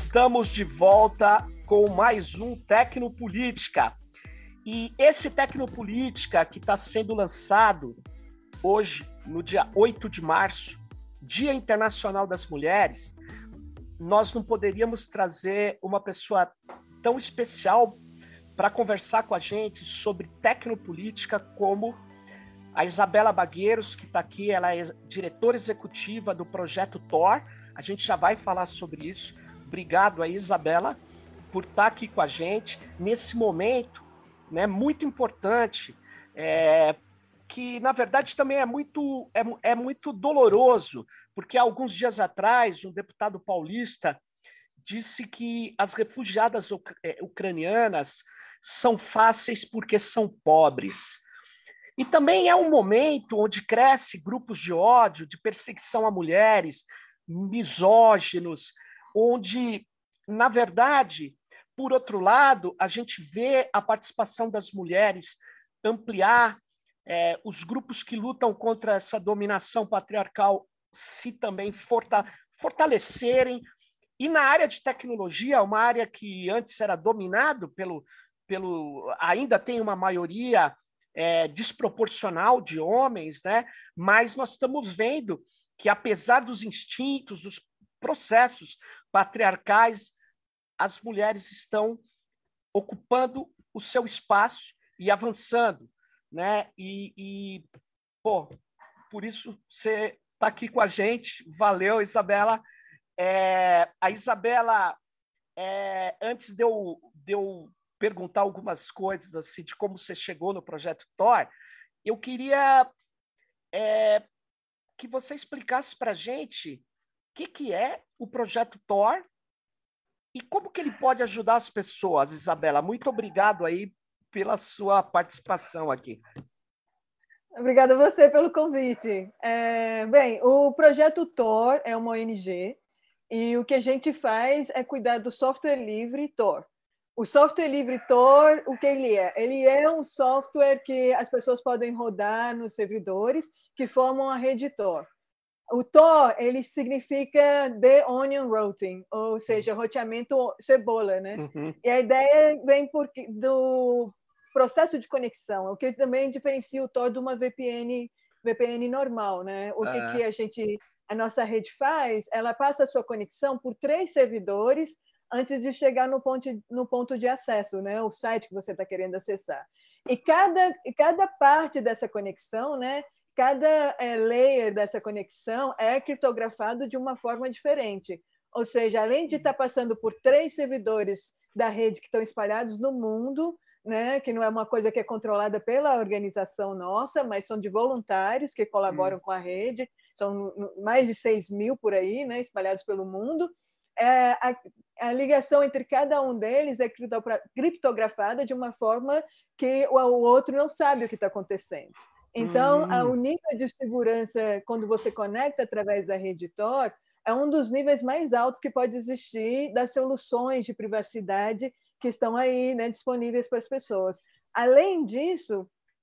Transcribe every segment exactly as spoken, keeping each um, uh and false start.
Estamos de volta com mais um Tecnopolítica. E esse Tecnopolítica que está sendo lançado hoje, no dia oito de março, Dia Internacional das Mulheres, nós não poderíamos trazer uma pessoa tão especial para conversar com a gente sobre tecnopolítica como a Isabela Bagueiros, que está aqui. Ela é diretora executiva do projeto Thor. A gente já vai falar sobre isso. Obrigado aí, Isabela, por estar aqui com a gente nesse momento, né, muito importante, é, que, na verdade, também é muito, é, é muito doloroso, porque há alguns dias atrás, um deputado paulista disse que as refugiadas uc- é, ucranianas são fáceis porque são pobres. E também é um momento onde cresce grupos de ódio, de perseguição a mulheres, misóginos, onde, na verdade, por outro lado, a gente vê a participação das mulheres ampliar, é, os grupos que lutam contra essa dominação patriarcal se também forta- fortalecerem. E na área de tecnologia, uma área que antes era dominado pelo, pelo ainda tem uma maioria é, desproporcional de homens, né? Mas nós estamos vendo que, apesar dos instintos, dos processos patriarcais, as mulheres estão ocupando o seu espaço e avançando, né? E, e pô, por isso você está aqui com a gente. Valeu, Isabela. É, a Isabela, é, antes de eu, de eu perguntar algumas coisas assim de como você chegou no projeto Thor, eu queria é, que você explicasse para a gente o que, que é o projeto Thor e como que ele pode ajudar as pessoas, Isabela. Muito obrigado aí pela sua participação aqui. Obrigada a você pelo convite. É, bem, o projeto Thor é uma O N G e o que a gente faz é cuidar do software livre Thor. O software livre Thor, o que ele é? Ele é um software que as pessoas podem rodar nos servidores que formam a rede Thor. O Thor, ele significa The Onion Routing, ou seja, roteamento cebola, né? Uhum. E a ideia vem por, do processo de conexão, o que também diferencia o Thor de uma V P N, V P N normal, né? O que, Ah. que a gente, a nossa rede faz? Ela passa a sua conexão por três servidores antes de chegar no ponto, no ponto de acesso, né? O site que você está querendo acessar. E cada, cada parte dessa conexão, né? Cada é, layer dessa conexão é criptografado de uma forma diferente. Ou seja, além de estar passando por três servidores da rede que estão espalhados no mundo, né, que não é uma coisa que é controlada pela organização nossa, mas são de voluntários que colaboram hum. com a rede, são mais de seis mil por aí, né, espalhados pelo mundo. É, a, a ligação entre cada um deles é criptografada de uma forma que o, o outro não sabe o que está acontecendo. Então, hum. o nível de segurança, quando você conecta através da rede Thor, é um dos níveis mais altos que pode existir das soluções de privacidade que estão aí, né, disponíveis para as pessoas. Além disso,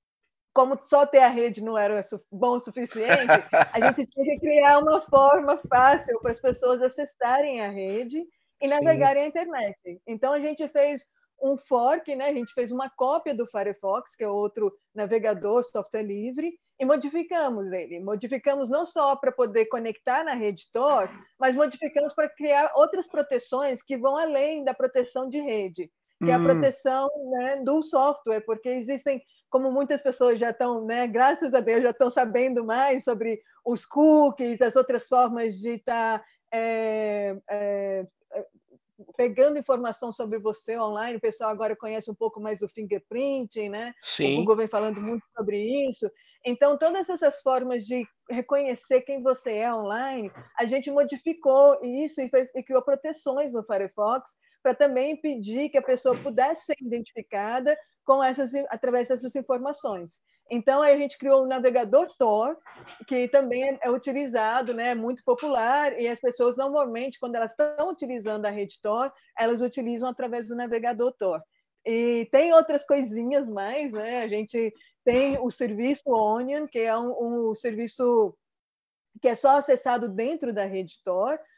como só ter a rede não era bom o suficiente, a gente tinha que criar uma forma fácil para as pessoas acessarem a rede e navegarem a internet. Então, a gente fez um fork, né? A gente fez uma cópia do Firefox, que é outro navegador, software livre, e modificamos ele. Modificamos não só para poder conectar na rede Tor, mas modificamos para criar outras proteções que vão além da proteção de rede, que hum. é a proteção, né, do software, porque existem, como muitas pessoas já estão, né, graças a Deus, já estão sabendo mais sobre os cookies, as outras formas de estar... É, é, pegando informação sobre você online. O pessoal agora conhece um pouco mais do fingerprinting, né? Sim. O Google vem falando muito sobre isso. Então, todas essas formas de reconhecer quem você é online, a gente modificou isso e, fez, e criou proteções no Firefox para também impedir que a pessoa pudesse ser identificada com essas, através dessas informações. Então, a gente criou o navegador Tor, que também é utilizado, né, é muito popular, e as pessoas, normalmente, quando elas estão utilizando a rede Tor, elas utilizam através do navegador Tor. E tem outras coisinhas mais, né? A gente tem o serviço Onion, que é um, um serviço que é só acessado dentro da rede Tor,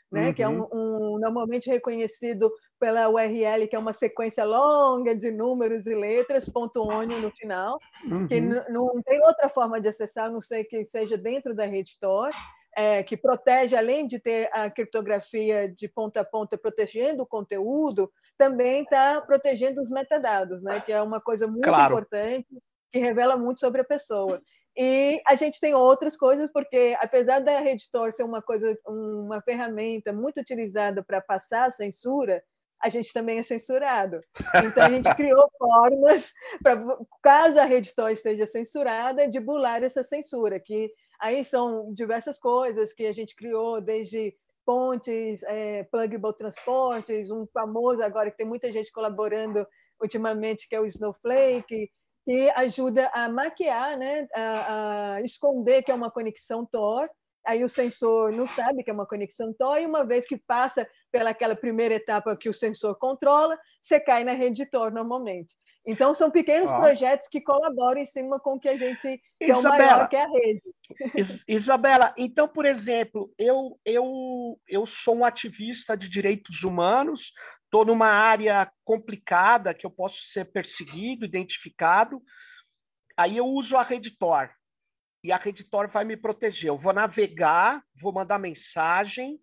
né? Uhum. Que é um, um, normalmente reconhecido pela U R L, que é uma sequência longa de números e letras, ponto .onion no final, uhum. que não tem outra forma de acessar, a não sei que seja dentro da rede Tor, é, que protege, além de ter a criptografia de ponta a ponta protegendo o conteúdo, também está protegendo os metadados, né? Que é uma coisa muito claro. importante, que revela muito sobre a pessoa. E a gente tem outras coisas, porque apesar da rede Tor ser uma coisa, uma ferramenta muito utilizada para passar a censura, a gente também é censurado. Então a gente criou formas para, caso a rede Tor esteja censurada, de bular essa censura, que aí são diversas coisas que a gente criou, desde pontes, é, pluggable transportes, um famoso agora que tem muita gente colaborando ultimamente, que é o Snowflake, que ajuda a maquiar, né, a, a esconder que é uma conexão Tor. Aí o sensor não sabe que é uma conexão Tor, e uma vez que passa pelaquela primeira etapa que o sensor controla, você cai na rede Tor normalmente. Então, são pequenos ah. projetos que colaboram em cima com o que a gente tem o maior, que é a rede. Is Isabela, então, por exemplo, eu, eu, eu sou um ativista de direitos humanos, estou numa área complicada que eu posso ser perseguido, identificado, aí eu uso a rede Tor, e a rede Tor vai me proteger. Eu vou navegar, vou mandar mensagem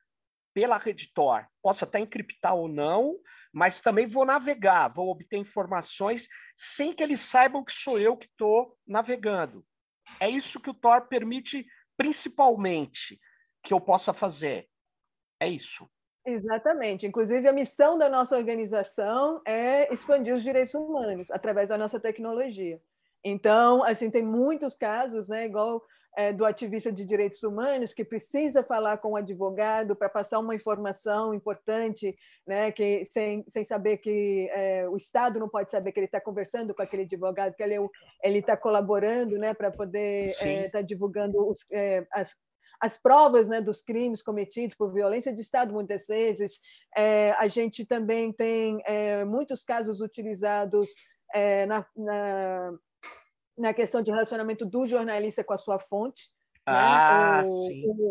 pela rede Tor. Posso até encriptar ou não, mas também vou navegar, vou obter informações sem que eles saibam que sou eu que estou navegando. É isso que o Tor permite, principalmente, que eu possa fazer. É isso. Exatamente. Inclusive, a missão da nossa organização é expandir os direitos humanos através da nossa tecnologia. Então, assim, tem muitos casos, né, igual é, do ativista de direitos humanos que precisa falar com o advogado para passar uma informação importante, né, que, sem, sem saber que é, o Estado não pode saber que ele está conversando com aquele advogado, que ele está colaborando, né, para poder estar é, tá divulgando os, é, as as provas, né, dos crimes cometidos por violência de Estado, muitas vezes. É, a gente também tem é, muitos casos utilizados é, na, na, na questão de relacionamento do jornalista com a sua fonte. Ah, né? o, sim. O,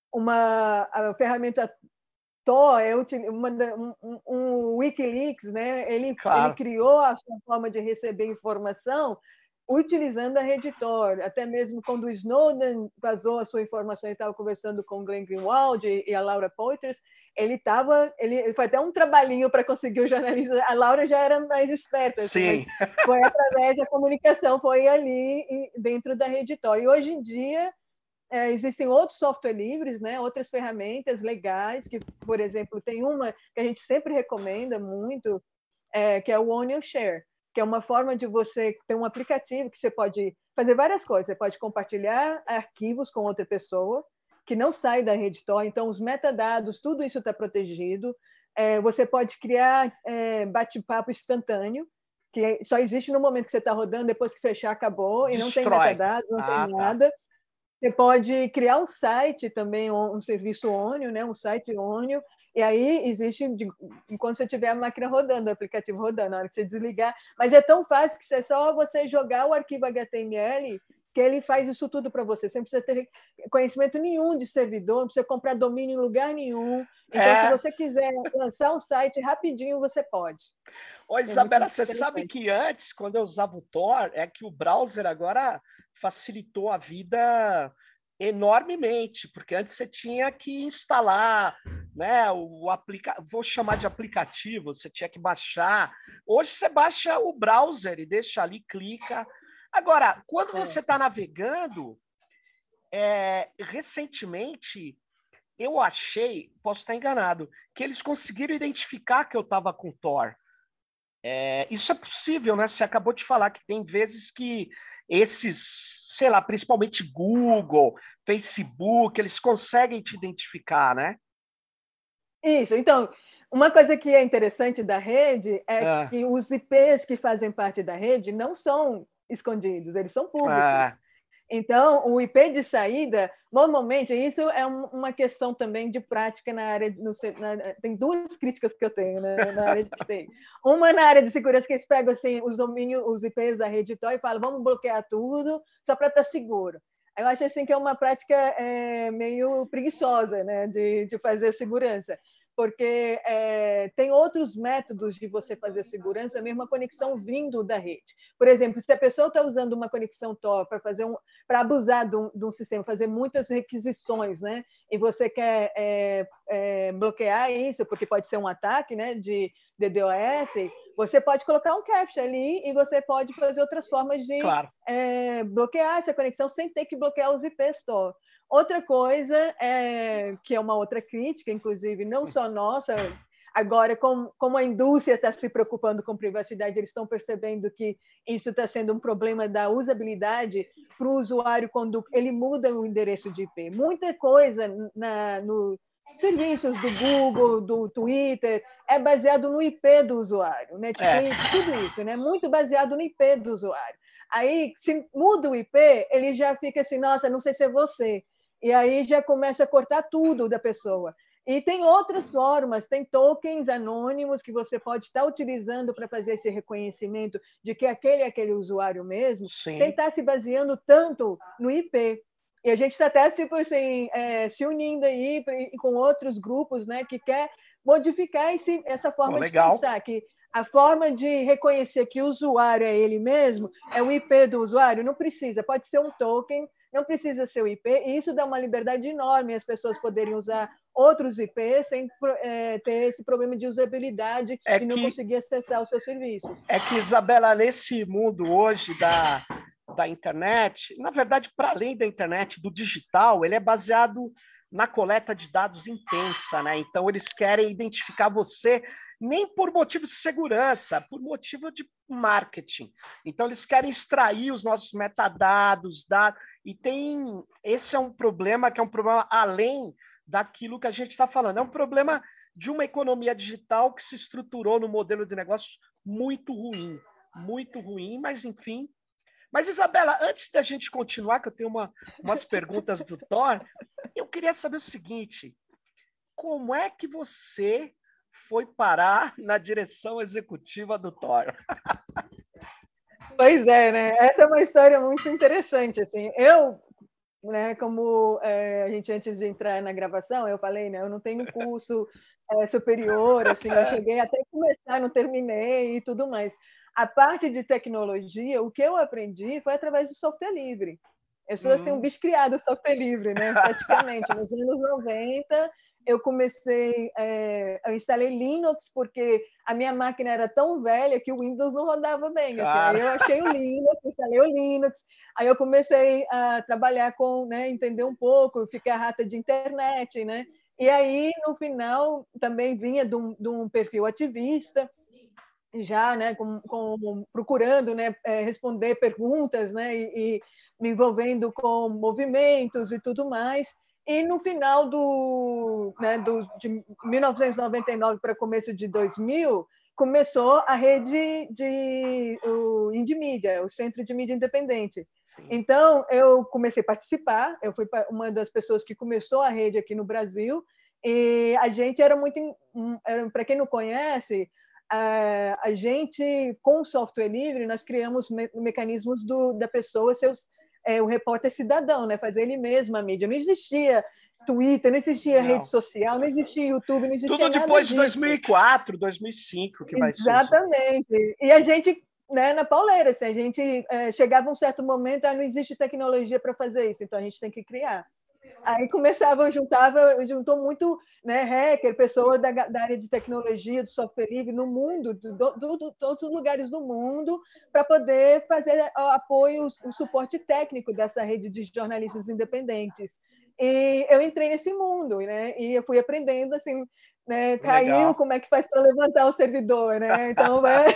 uma a ferramenta Tor é uma, um, um Wikileaks, né? ele, claro. ele criou a sua forma de receber informação utilizando a rede Tor, até mesmo quando o Snowden vazou a sua informação, ele estava conversando com o Glenn Greenwald e a Laura Poitras, ele estava, ele, ele foi até um trabalhinho para conseguir o jornalista, a Laura já era mais esperta, assim, Sim. mas foi através da comunicação, foi ali dentro da rede Tor. E hoje em dia é, existem outros software livres, né, outras ferramentas legais, que, por exemplo, tem uma que a gente sempre recomenda muito, é, que é o Onion Share, que é uma forma de você ter um aplicativo que você pode fazer várias coisas. Você pode compartilhar arquivos com outra pessoa, que não sai da rede Tor, então os metadados, tudo isso está protegido. É, você pode criar é, bate-papo instantâneo, que só existe no momento que você está rodando, depois que fechar, acabou, e não tem metadados, não ah, tem nada. Tá. Você pode criar um site também, um serviço Onion, né? um site Onion, e aí existe, enquanto você tiver a máquina rodando, o aplicativo rodando, na hora que você desligar, mas é tão fácil que é só você jogar o arquivo H T M L que ele faz isso tudo para você. Você não precisa ter conhecimento nenhum de servidor, não precisa comprar domínio em lugar nenhum. Então, é... se você quiser lançar um site rapidinho, você pode. Ô, Isabela, é você sabe que antes, quando eu usava o Tor, é que o browser agora facilitou a vida enormemente, porque antes você tinha que instalar, né, o aplica... vou chamar de aplicativo, você tinha que baixar. Hoje você baixa o browser e deixa ali, clica. Agora, quando você está navegando, é, recentemente eu achei, posso estar enganado, que eles conseguiram identificar que eu estava com Tor. É, isso é possível, né? Você acabou de falar que tem vezes que esses, sei lá, principalmente Google, Facebook, eles conseguem te identificar, né? Isso. Então, uma coisa que é interessante da rede é ah. que os I Ps que fazem parte da rede não são escondidos, eles são públicos. Ah. Então, o I P de saída, normalmente, isso é uma questão também de prática na área... No, na, tem duas críticas que eu tenho né, na área de T I. Uma na área de segurança, que eles pegam assim, os domínios, os I Ps da rede Tor e falam, vamos bloquear tudo só para estar seguro. Eu acho assim que é uma prática é, meio preguiçosa, né, de, de fazer segurança, porque é, tem outros métodos de você fazer segurança, mesmo a conexão vindo da rede. Por exemplo, se a pessoa está usando uma conexão Tor para fazer um, para abusar de um, de um sistema, fazer muitas requisições, né, e você quer é, é, bloquear isso, porque pode ser um ataque, né, de DDoS, você pode colocar um captcha ali e você pode fazer outras formas de Claro. é, bloquear essa conexão sem ter que bloquear os I Ps Tor. Outra coisa, é, que é uma outra crítica, inclusive, não só nossa, agora, como, como a indústria está se preocupando com privacidade, eles estão percebendo que isso está sendo um problema da usabilidade para o usuário quando ele muda o endereço de I P. Muita coisa na, no serviços do Google, do Twitter, é baseado no I P do usuário, Netflix, é. tudo isso, né? Muito baseado no I P do usuário. Aí, se muda o I P, ele já fica assim, nossa, não sei se é você. E aí já começa a cortar tudo da pessoa. E tem outras formas, tem tokens anônimos que você pode estar utilizando para fazer esse reconhecimento de que aquele é aquele usuário mesmo, Sim. sem estar se baseando tanto no I P. E a gente está até tipo, assim, é, se unindo aí com outros grupos, né, que quer modificar esse, essa forma oh, de pensar, que a forma de reconhecer que o usuário é ele mesmo, é o I P do usuário, não precisa, pode ser um token, não precisa ser o I P, e isso dá uma liberdade enorme as pessoas poderem usar outros I Ps sem é, ter esse problema de usabilidade é e não que, conseguir acessar os seus serviços. É que, Isabela, nesse mundo hoje da, da internet, na verdade, para além da internet, do digital, ele é baseado na coleta de dados intensa, né? Então, eles querem identificar você nem por motivo de segurança, por motivo de marketing. Então, eles querem extrair os nossos metadados, dados, e tem... Esse é um problema que é um problema além daquilo que a gente está falando. É um problema de uma economia digital que se estruturou no modelo de negócio muito ruim, muito ruim, mas enfim. Mas, Isabela, antes da gente continuar, que eu tenho uma, umas perguntas do Thor, eu queria saber o seguinte, como é que você foi parar na direção executiva do Thor? Pois é, né? Essa é uma história muito interessante, assim. Eu, né, como é, a gente antes de entrar na gravação, eu falei, né, eu não tenho curso é, superior, assim, eu cheguei até a começar, não terminei e tudo mais. A parte de tecnologia, o que eu aprendi foi através do software livre. Eu sou assim, um bicho criado software livre, né? Praticamente. Nos anos noventa, eu comecei, é, eu instalei Linux, porque a minha máquina era tão velha que o Windows não rodava bem. Assim. Aí eu achei o Linux, instalei o Linux, aí eu comecei a trabalhar com, né, entender um pouco, fiquei a rata de internet, né? E aí, no final, também vinha de um, de um perfil ativista, já, né, com, com, procurando, né, responder perguntas, né, e, e me envolvendo com movimentos e tudo mais. E no final do, né, do, de mil novecentos e noventa e nove para começo de dois mil, começou a rede de o Indie Media, o Centro de Mídia Independente. Então, eu comecei a participar, eu fui uma das pessoas que começou a rede aqui no Brasil, e a gente era muito, para quem não conhece, a, a gente, com o software livre, nós criamos me, mecanismos do, da pessoa ser os, é, o repórter cidadão, né? Fazer ele mesmo a mídia. Não existia Twitter, não existia não. rede social, não existia YouTube, não existia Tudo nada depois disso. de dois mil e quatro, dois mil e cinco que vai surgir. Exatamente. E a gente, né, na pauleira, assim, a gente é, chegava um certo momento, ah, não existe tecnologia para fazer isso, então a gente tem que criar. Aí começava, juntava, juntou muito, né, hacker, pessoa da, da área de tecnologia, do software livre, no mundo, do, do, do, todos os lugares do mundo, para poder fazer apoio, o suporte técnico dessa rede de jornalistas independentes. E eu entrei nesse mundo, né, e eu fui aprendendo, assim, né, caiu, Legal. Como é que faz para levantar o servidor, né? Então, vai,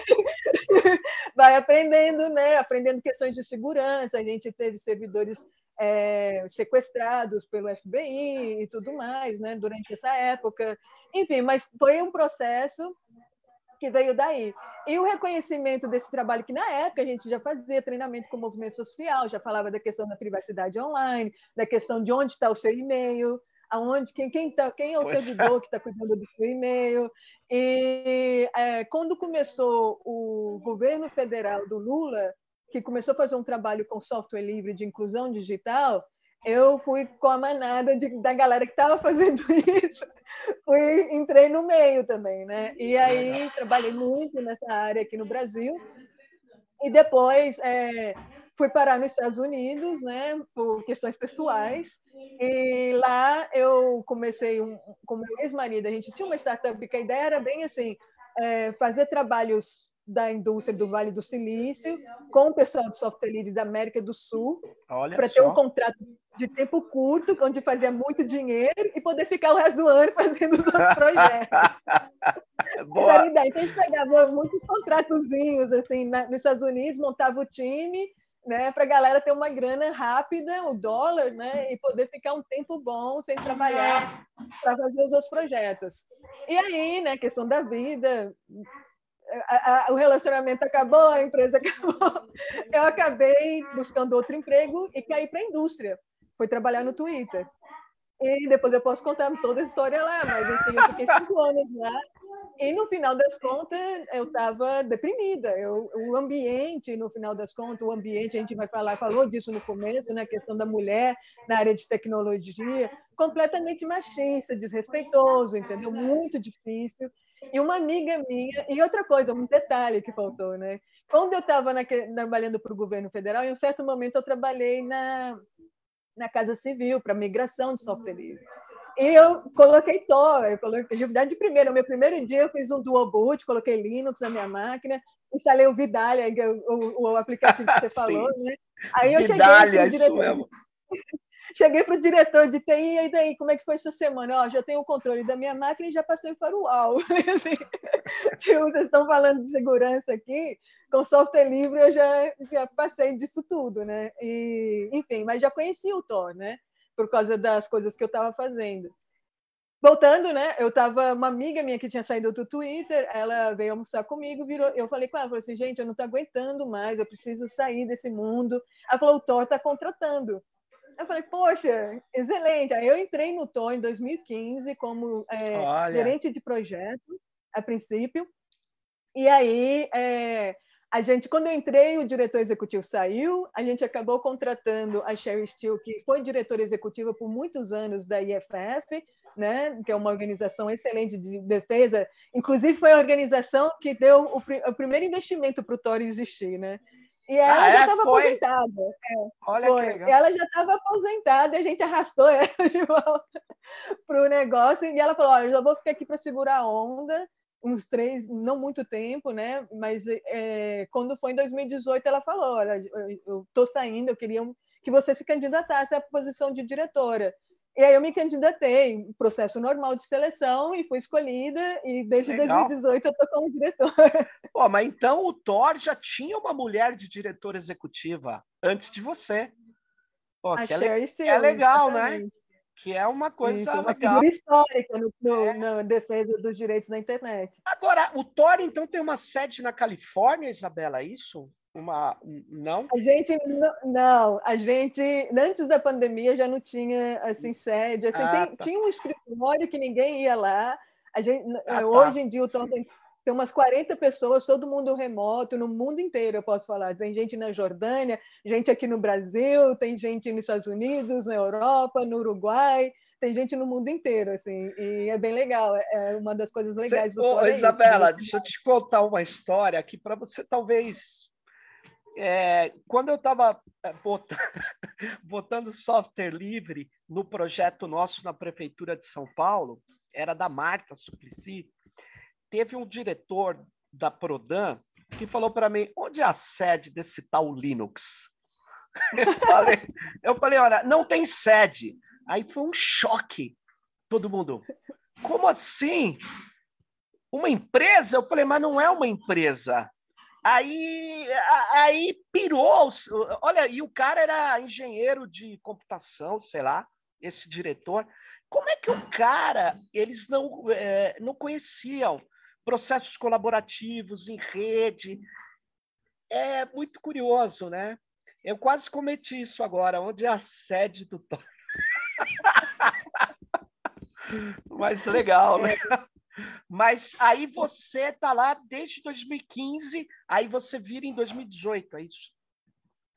vai aprendendo, né, aprendendo questões de segurança, a gente teve servidores É, sequestrados pelo F B I e tudo mais, né, durante essa época. Enfim, mas foi um processo que veio daí. E o reconhecimento desse trabalho, que na época a gente já fazia treinamento com o movimento social, já falava da questão da privacidade online, da questão de onde está o seu e-mail, aonde, quem, quem, tá, quem é o pois servidor é. que está cuidando do seu e-mail. E é, quando começou o governo federal do Lula, que começou a fazer um trabalho com software livre de inclusão digital, eu fui com a manada de, da galera que estava fazendo isso, fui, entrei no meio também, né? E aí trabalhei muito nessa área aqui no Brasil, e depois é, fui parar nos Estados Unidos, né, por questões pessoais, e lá eu comecei, um, com meu ex-marido, a gente tinha uma startup que a ideia era bem assim, é, fazer trabalhos da indústria do Vale do Silício com o pessoal de software livre da América do Sul, para ter um contrato de tempo curto, onde fazia muito dinheiro e poder ficar o resto do ano fazendo os outros projetos. Boa. Era a ideia. Então, a gente pegava muitos contratozinhos assim, na, nos Estados Unidos, montava o time, né, para a galera ter uma grana rápida, o dólar, né, e poder ficar um tempo bom sem trabalhar para fazer os outros projetos. E aí, né, questão da vida, a, a, o relacionamento acabou, a empresa acabou, eu acabei buscando outro emprego e caí para a indústria. Fui trabalhar no Twitter. E depois eu posso contar toda a história lá, mas assim, eu fiquei cinco anos lá. E no final das contas, eu estava deprimida. Eu, o ambiente, no final das contas, o ambiente, a gente vai falar, falou disso no começo, né? A questão da mulher na área de tecnologia, completamente machista, desrespeitoso, entendeu? Muito difícil. E uma amiga minha, e outra coisa, um detalhe que faltou, né? Quando eu estava trabalhando para o governo federal, em um certo momento eu trabalhei na, na Casa Civil para migração de software livre. E eu coloquei Tor, eu coloquei de primeiro, no meu primeiro dia eu fiz um dual boot, coloquei Linux na minha máquina, instalei o Vidalia, o, o, o aplicativo que você falou, né? Aí eu Vidalia, cheguei pro diretor, isso mesmo. Cheguei para o diretor de T I, e daí, como é que foi essa semana? Ó, já tenho o controle da minha máquina e já passei o firewall. Assim, tipo, vocês estão falando de segurança aqui, com software livre eu já, já passei disso tudo, né? E, enfim, mas já conhecia o Tor, né? Por causa das coisas que eu estava fazendo. Voltando, né? Eu tava, uma amiga minha que tinha saído do Twitter, ela veio almoçar comigo, virou, eu falei com ela, falei assim, gente, eu não tô aguentando mais, eu preciso sair desse mundo. Ela falou, o Tor tá contratando. Eu falei, poxa, excelente. Aí eu entrei no Tor em dois mil e quinze como é, gerente de projeto, a princípio. E aí, é, a gente, quando eu entrei, o diretor executivo saiu, a gente acabou contratando a Sherry Steele, que foi diretora executiva por muitos anos da I F F, né, que é uma organização excelente de defesa. Inclusive, foi a organização que deu o, o primeiro investimento para o Tor existir, né? E ela ah, já estava é? aposentada. É, Olha foi. que legal. Ela já estava aposentada e a gente arrastou ela de volta para o negócio. E ela falou: olha, eu já vou ficar aqui para segurar a onda, uns três, não muito tempo, né? Mas é, quando foi em dois mil e dezoito, ela falou: olha, eu estou saindo, eu queria que você se candidatasse à posição de diretora. E aí eu me candidatei, processo normal de seleção, e fui escolhida, e desde Legal. dois mil e dezoito eu estou como diretora. Pô, mas então o Tor já tinha uma mulher de diretora executiva antes de você. Pô, a que, é, Sherry le Steele, que é legal, exatamente. Né? Que é uma coisa Isso, uma legal. figura histórica no, no, é. na defesa dos direitos na internet. Agora, o Tor, então, tem uma sede na Califórnia, Isabela, é isso? Uma, não? A gente não, a gente antes da pandemia já não tinha assim sede, assim, ah, tem, tá. tinha um escritório que ninguém ia lá. A gente ah, hoje tá. em dia o Tor tem, tem umas quarenta pessoas, todo mundo remoto no mundo inteiro, eu posso falar. Tem gente na Jordânia, gente aqui no Brasil, tem gente nos Estados Unidos, na Europa, no Uruguai. Tem gente no mundo inteiro, assim, e é bem legal. É uma das coisas legais Cê, do Tor. Ô, é Isabela, isso, deixa eu te contar uma história aqui para você talvez. É, quando eu estava botando, botando software livre no projeto nosso na Prefeitura de São Paulo, era da Marta Suplicy, teve um diretor da Prodan que falou para mim, onde é a sede desse tal Linux? Eu falei, eu falei, olha, não tem sede. Aí foi um choque, todo mundo. Como assim? Uma empresa? Eu falei, mas não é uma empresa. Aí, aí pirou. Olha, e o cara era engenheiro de computação, sei lá, esse diretor. Como é que o cara, eles não, é, não conheciam processos colaborativos em rede? É muito curioso, né? Eu quase cometi isso agora, onde é a sede do Tor. Mas legal, né? Mas aí você está lá desde dois mil e quinze, aí você vira em dois mil e dezoito, é isso?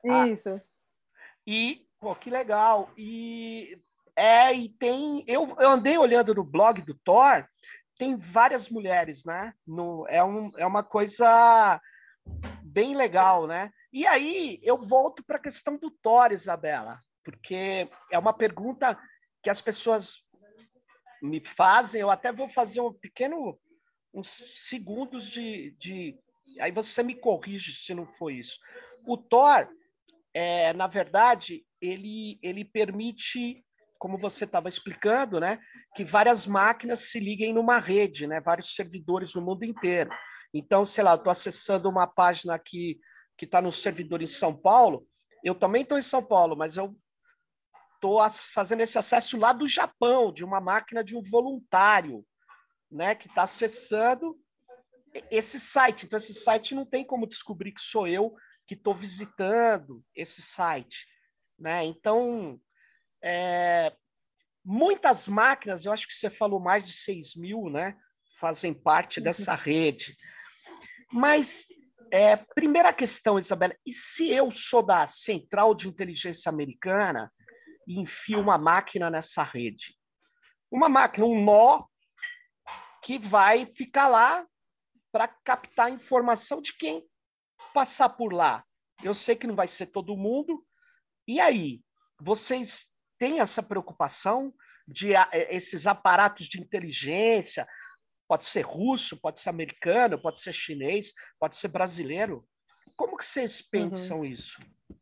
Ah, Isso. e, pô, que legal. E, é, e tem... Eu, eu andei olhando no blog do Thor, tem várias mulheres, né? No, é, um, é uma coisa bem legal, né? E aí eu volto para a questão do Thor, Isabela, porque é uma pergunta que as pessoas me fazem, eu até vou fazer um pequeno, uns segundos de, de... Aí você me corrige se não foi isso. O Thor, é, na verdade, ele, ele permite, como você estava explicando, né, que várias máquinas se liguem numa rede, né, vários servidores no mundo inteiro. Então, sei lá, eu estou acessando uma página aqui que está no servidor em São Paulo, eu também estou em São Paulo, mas eu estou fazendo esse acesso lá do Japão, de uma máquina de um voluntário, né, que está acessando esse site. Então, esse site não tem como descobrir que sou eu que estou visitando esse site, né? Então, é, muitas máquinas, eu acho que você falou mais de seis mil, né? Fazem parte dessa rede. Mas, é, primeira questão, Isabela, e se eu sou da Central de Inteligência Americana e enfio uma máquina nessa rede? Uma máquina, um nó que vai ficar lá para captar informação de quem passar por lá. Eu sei que não vai ser todo mundo. E aí, vocês têm essa preocupação de a, esses aparatos de inteligência? Pode ser russo, pode ser americano, pode ser chinês, pode ser brasileiro. Como que vocês Uhum. pensam isso?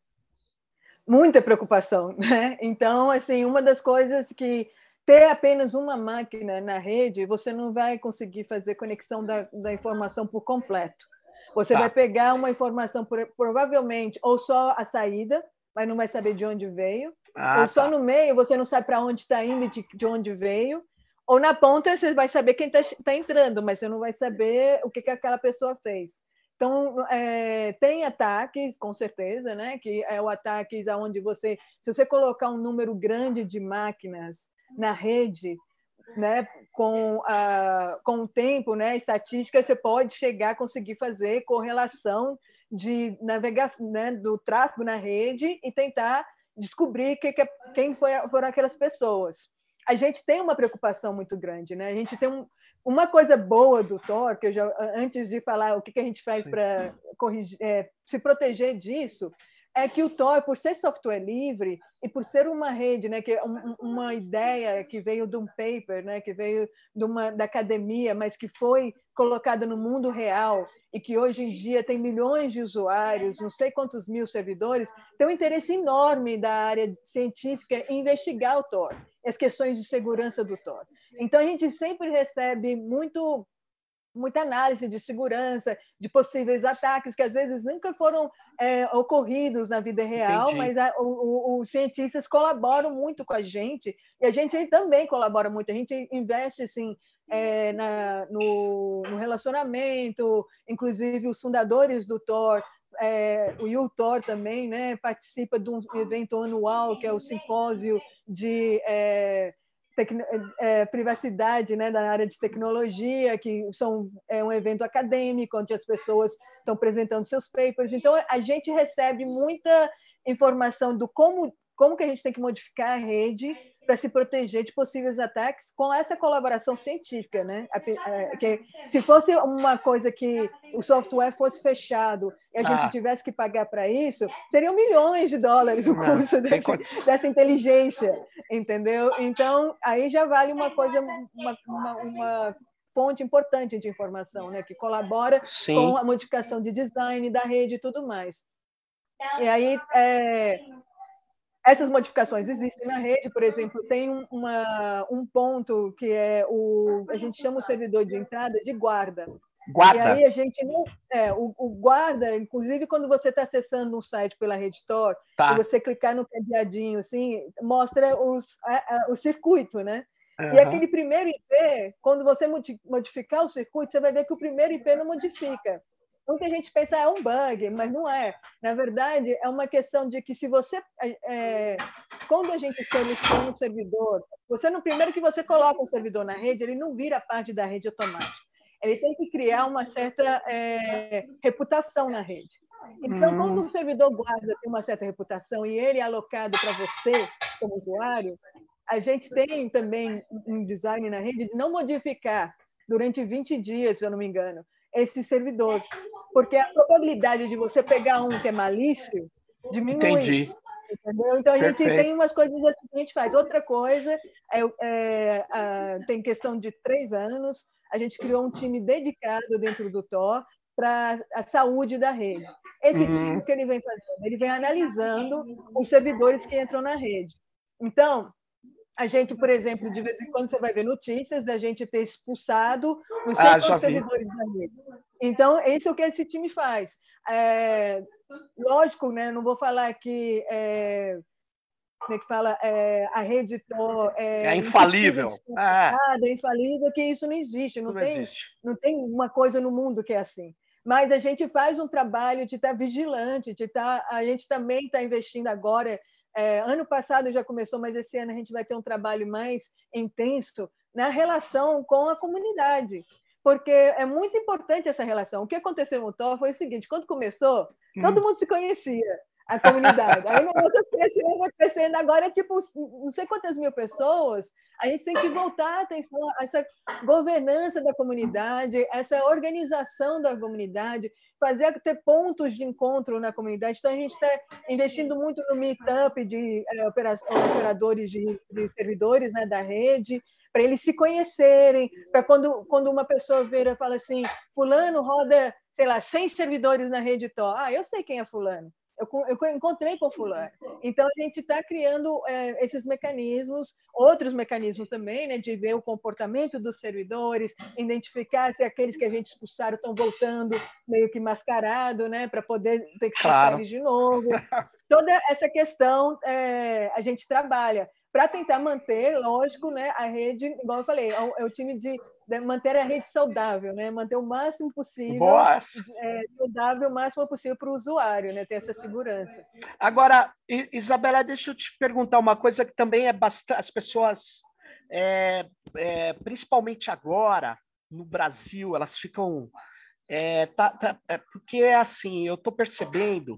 Muita preocupação, né? Então, assim, uma das coisas que ter apenas uma máquina na rede, você não vai conseguir fazer conexão da, da informação por completo. Você vai Tá. pegar uma informação, provavelmente, ou só a saída, mas não vai saber de onde veio, Ah, ou só tá. no meio, você não sabe para onde está indo e de, de onde veio, ou na ponta você vai saber quem está tá entrando, mas você não vai saber o que, que aquela pessoa fez. Então, é, tem ataques, com certeza, né? Que é o ataque onde você, se você colocar um número grande de máquinas na rede, né, com, a, com o tempo, né, estatística, você pode chegar a conseguir fazer correlação de navegação, né, do tráfego na rede e tentar descobrir que, que, quem foi, foram aquelas pessoas. A gente tem uma preocupação muito grande, né? A gente tem um, uma coisa boa do Thor, que eu já, antes de falar o que, que a gente faz para é, se proteger disso, é que o Tor, por ser software livre e por ser uma rede, né, que é um, uma ideia que veio de um paper, né, que veio de uma, da academia, mas que foi colocada no mundo real e que hoje em dia tem milhões de usuários, não sei quantos mil servidores, tem um interesse enorme da área científica em investigar o Tor, as questões de segurança do Tor. Então, a gente sempre recebe muito muita análise de segurança, de possíveis ataques que às vezes nunca foram é, ocorridos na vida real, Entendi. mas a, o, o, os cientistas colaboram muito com a gente e a gente também colabora muito. A gente investe assim é, na, no, no relacionamento, inclusive os fundadores do Tor. É, o Yu Tor também, né, participa de um evento anual que é o simpósio de é, Tecno, é, privacidade, né, da área de tecnologia, que são, é um evento acadêmico, onde as pessoas estão apresentando seus papers. Então, a gente recebe muita informação do como, como que a gente tem que modificar a rede para se proteger de possíveis ataques com essa colaboração científica, né? Que, se fosse uma coisa que o software fosse fechado e a gente Ah, tivesse que pagar para isso, seriam milhões de dólares o não, custo tem desse, dessa inteligência, entendeu? Então, aí já vale uma coisa, uma, uma, uma fonte importante de informação, né? Que colabora Sim. com a modificação de design da rede e tudo mais. E aí, é, essas modificações existem na rede, por exemplo, tem uma, um ponto que é o a gente chama o servidor de entrada de guarda. E Guarda. aí a gente não é o, o guarda, inclusive quando você está acessando um site pela RedTor Tá. e você clicar no cadeadinho assim, mostra os, a, a, o circuito, né? Uhum. E aquele primeiro I P, quando você modificar o circuito, você vai ver que o primeiro I P não modifica. Muita gente pensa que é um bug, mas não é. Na verdade, é uma questão de que se você... É, quando a gente seleciona um servidor, você no primeiro que você coloca um servidor na rede, ele não vira parte da rede automática. Ele tem que criar uma certa é, reputação na rede. Então, quando um servidor guarda tem uma certa reputação e ele é alocado para você, como usuário, a gente tem também um design na rede de não modificar durante vinte dias, se eu não me engano, esse servidor, porque a probabilidade de você pegar um que é malício diminui. Entendi. Entendeu? Então, a gente Perfeito. tem umas coisas assim que a gente faz. Outra coisa, é, é, a, tem questão de três anos, a gente criou um time dedicado dentro do T O para a saúde da rede. Esse Uhum. time, o que ele vem fazendo? Ele vem analisando os servidores que entram na rede. Então, a gente, por exemplo, de vez em quando você vai ver notícias da gente ter expulsado não sei Ah, quantos servidores da rede. Então, isso é o que esse time faz. É, lógico, né? Não vou falar que, é, como é que fala, é, a rede T O é, é infalível, é. é infalível, que isso não existe. Não, não tem, existe. Não tem uma coisa no mundo que é assim. Mas a gente faz um trabalho de estar vigilante, de estar, a gente também está investindo agora. É, ano passado já começou, mas esse ano a gente vai ter um trabalho mais intenso na relação com a comunidade, porque é muito importante essa relação. O que aconteceu no T O foi o seguinte: quando começou, hum. todo mundo se conhecia, a comunidade. Aí o negócio foi crescendo, foi crescendo. Agora é tipo não sei quantas mil pessoas. A gente tem que voltar a atenção a essa governança da comunidade, essa organização da comunidade, fazer ter pontos de encontro na comunidade. Então, a gente está investindo muito no meetup de é, operadores de, de servidores, né, da rede, para eles se conhecerem, para quando, quando uma pessoa vira e fala assim, fulano roda, sei lá, cem servidores na rede T O. Ah, eu sei quem é fulano. Eu, eu encontrei com fulano. Então, a gente está criando é, esses mecanismos, outros mecanismos também, né, de ver o comportamento dos servidores, identificar se aqueles que a gente expulsaram estão voltando meio que mascarado, né, para poder ter que expulsar claro. eles de novo. Toda essa questão é, a gente trabalha para tentar manter, lógico, né, a rede, igual eu falei, é o, é o time de, de manter a rede saudável, né, manter o máximo possível é, saudável, o máximo possível para o usuário, né, ter essa segurança. Agora, Isabela, deixa eu te perguntar uma coisa que também é bastante, as pessoas, é, é, principalmente agora no Brasil, elas ficam, é, tá, tá, é, porque assim, eu estou percebendo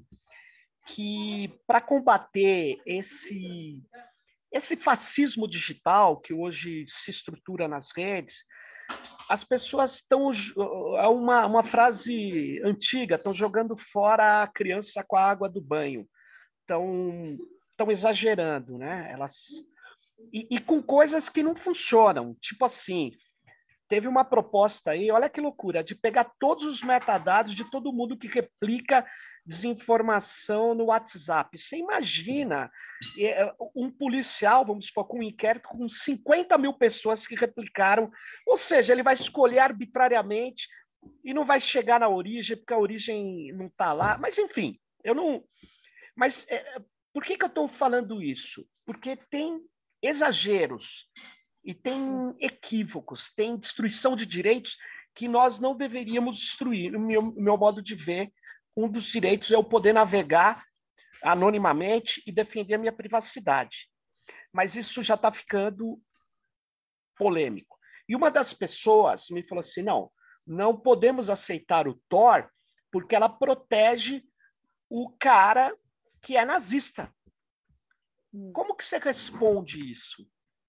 que para combater esse esse fascismo digital que hoje se estrutura nas redes, as pessoas estão, é uma, uma frase antiga, estão jogando fora a criança com a água do banho, estão, estão exagerando, né? Elas, e, e com coisas que não funcionam, tipo assim, teve uma proposta aí, olha que loucura, de pegar todos os metadados de todo mundo que replica desinformação no WhatsApp. Você imagina um policial, vamos supor, com um inquérito com cinquenta mil pessoas que replicaram, ou seja, ele vai escolher arbitrariamente e não vai chegar na origem, porque a origem não está lá. Mas, enfim, eu não... Mas é, por que, que eu estou falando isso? Porque tem exageros e tem equívocos, tem destruição de direitos que nós não deveríamos destruir. No meu, meu modo de ver, um dos direitos é eu poder navegar anonimamente e defender a minha privacidade. Mas isso já está ficando polêmico. E uma das pessoas me falou assim, não, não podemos aceitar o Tor porque ela protege o cara que é nazista. Como que você responde isso?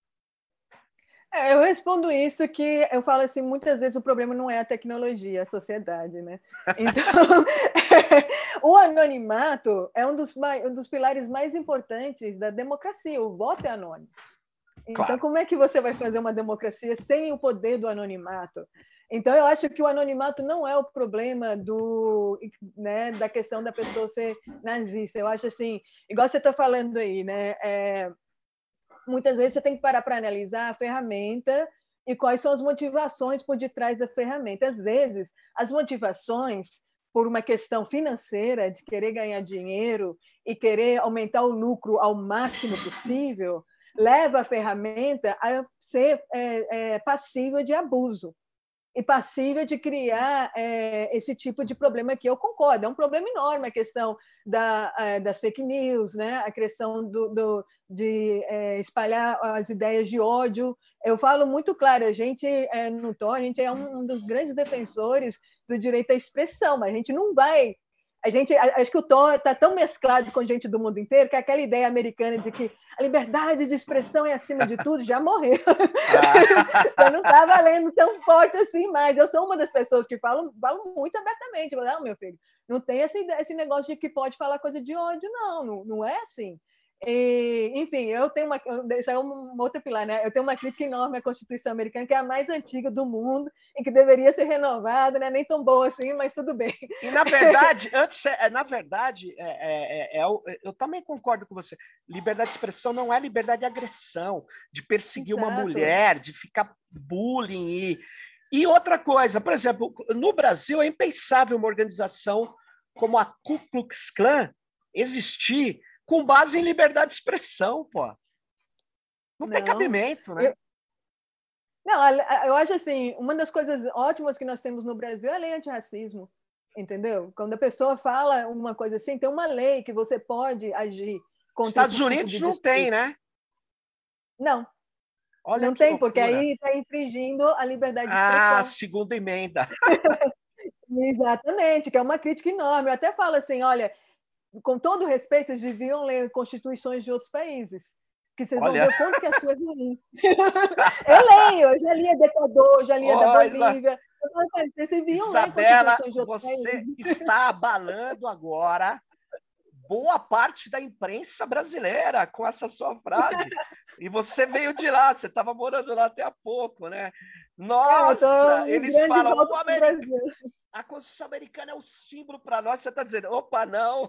É, eu respondo isso que eu falo assim, muitas vezes o problema não é a tecnologia, é a sociedade, né? Então, o anonimato é um dos, mais, um dos pilares mais importantes da democracia, o voto é anônimo. Então, claro. Como é que você vai fazer uma democracia sem o poder do anonimato? Então, eu acho que o anonimato não é o problema do, né, da questão da pessoa ser nazista. Eu acho assim, igual você está falando aí, né? É, muitas vezes você tem que parar para analisar a ferramenta e quais são as motivações por detrás da ferramenta. Às vezes, as motivações por uma questão financeira, de querer ganhar dinheiro e querer aumentar o lucro ao máximo possível, leva a ferramenta a ser é, é, passível de abuso e passível de criar é, esse tipo de problema que eu concordo. É um problema enorme a questão da, é, das fake news, né? A questão do, do, de é, espalhar as ideias de ódio. Eu falo muito claro, a gente, é, no Tor, a gente é um dos grandes defensores do direito à expressão, mas a gente não vai A gente, acho que o Tom está tão mesclado com gente do mundo inteiro que aquela ideia americana de que a liberdade de expressão é acima de tudo já morreu. Ah. Já não está valendo tão forte assim mais. Eu sou uma das pessoas que falam, falam muito abertamente. Não, meu filho, não tem esse, esse negócio de que pode falar coisa de ódio, não. Não, não é assim. E, enfim, eu tenho uma, isso é uma outra pilar, né? Eu tenho uma crítica enorme à Constituição americana, que é a mais antiga do mundo e que deveria ser renovada, né? Nem tão boa assim, mas tudo bem. E na verdade, antes, na verdade, é, é, é, é, eu também concordo com você. Liberdade de expressão não é liberdade de agressão, de perseguir Exato. Uma mulher, de ficar bullying e e outra coisa, por exemplo, no Brasil é impensável uma organização como a Ku Klux Klan existir com base em liberdade de expressão, pô. Não, não tem cabimento, né? Eu... Não, eu acho assim, uma das coisas ótimas que nós temos no Brasil é a lei antirracismo, entendeu? Quando a pessoa fala uma coisa assim, tem uma lei que você pode agir contra Estados Unidos tipo não tem, né? Não. Olha não tem, loucura. Porque aí está infringindo a liberdade de expressão. Ah, segunda emenda. Exatamente, que é uma crítica enorme. Eu até falo assim, olha, com todo respeito, vocês deviam ler constituições de outros países, que vocês Olha. vão ver o quanto que a sua é ruim. Eu leio, eu já li a do Equador, já li a da Bolívia. Vocês deviam Isabela, ler constituições de outros você países. Está abalando agora boa parte da imprensa brasileira com essa sua frase. E você veio de lá, você estava morando lá até há pouco, né? Nossa, eles falam, o americano, a Constituição americana é um símbolo para nós, você está dizendo, opa, não.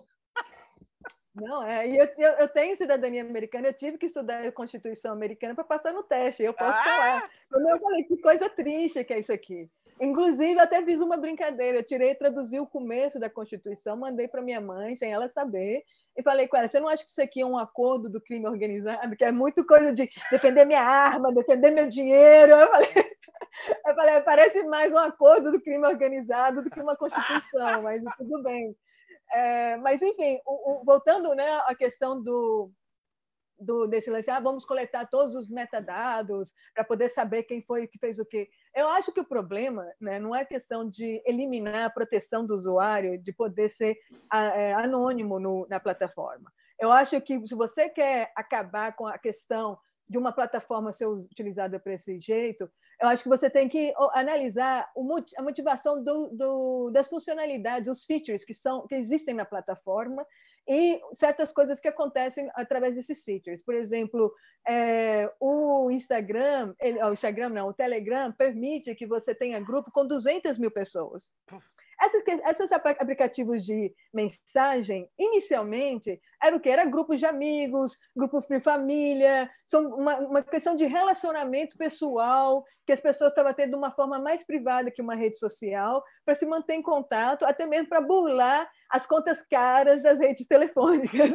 Não, é, e eu, eu, eu tenho cidadania americana, eu tive que estudar a Constituição americana para passar no teste, eu posso ah! falar. Quando eu falei, que coisa triste que é isso aqui. Inclusive, até fiz uma brincadeira, eu tirei e traduzi o começo da Constituição, mandei para minha mãe, sem ela saber, e falei com ela, você não acha que isso aqui é um acordo do crime organizado, que é muito coisa de defender minha arma, defender meu dinheiro? Eu falei, eu falei parece mais um acordo do crime organizado do que uma Constituição, mas tudo bem. É, mas, enfim, o, o, voltando, né, à questão do, do, desse lance, ah, vamos coletar todos os metadados para poder saber quem foi que fez o quê. Eu acho que o problema, né, não é questão de eliminar a proteção do usuário, de poder ser é, anônimo no, na plataforma. Eu acho que se você quer acabar com a questão de uma plataforma ser utilizada para esse jeito, eu acho que você tem que analisar a motivação do, do, das funcionalidades, os features que, são, que existem na plataforma e certas coisas que acontecem através desses features. Por exemplo, é, o Instagram, ele, o Instagram não, o Telegram permite que você tenha grupo com duzentas mil pessoas. Esses, esses aplicativos de mensagem, inicialmente, era o quê? Era grupos de amigos, grupos de família, são uma, uma questão de relacionamento pessoal, que as pessoas estavam tendo de uma forma mais privada que uma rede social, para se manter em contato, até mesmo para burlar as contas caras das redes telefônicas.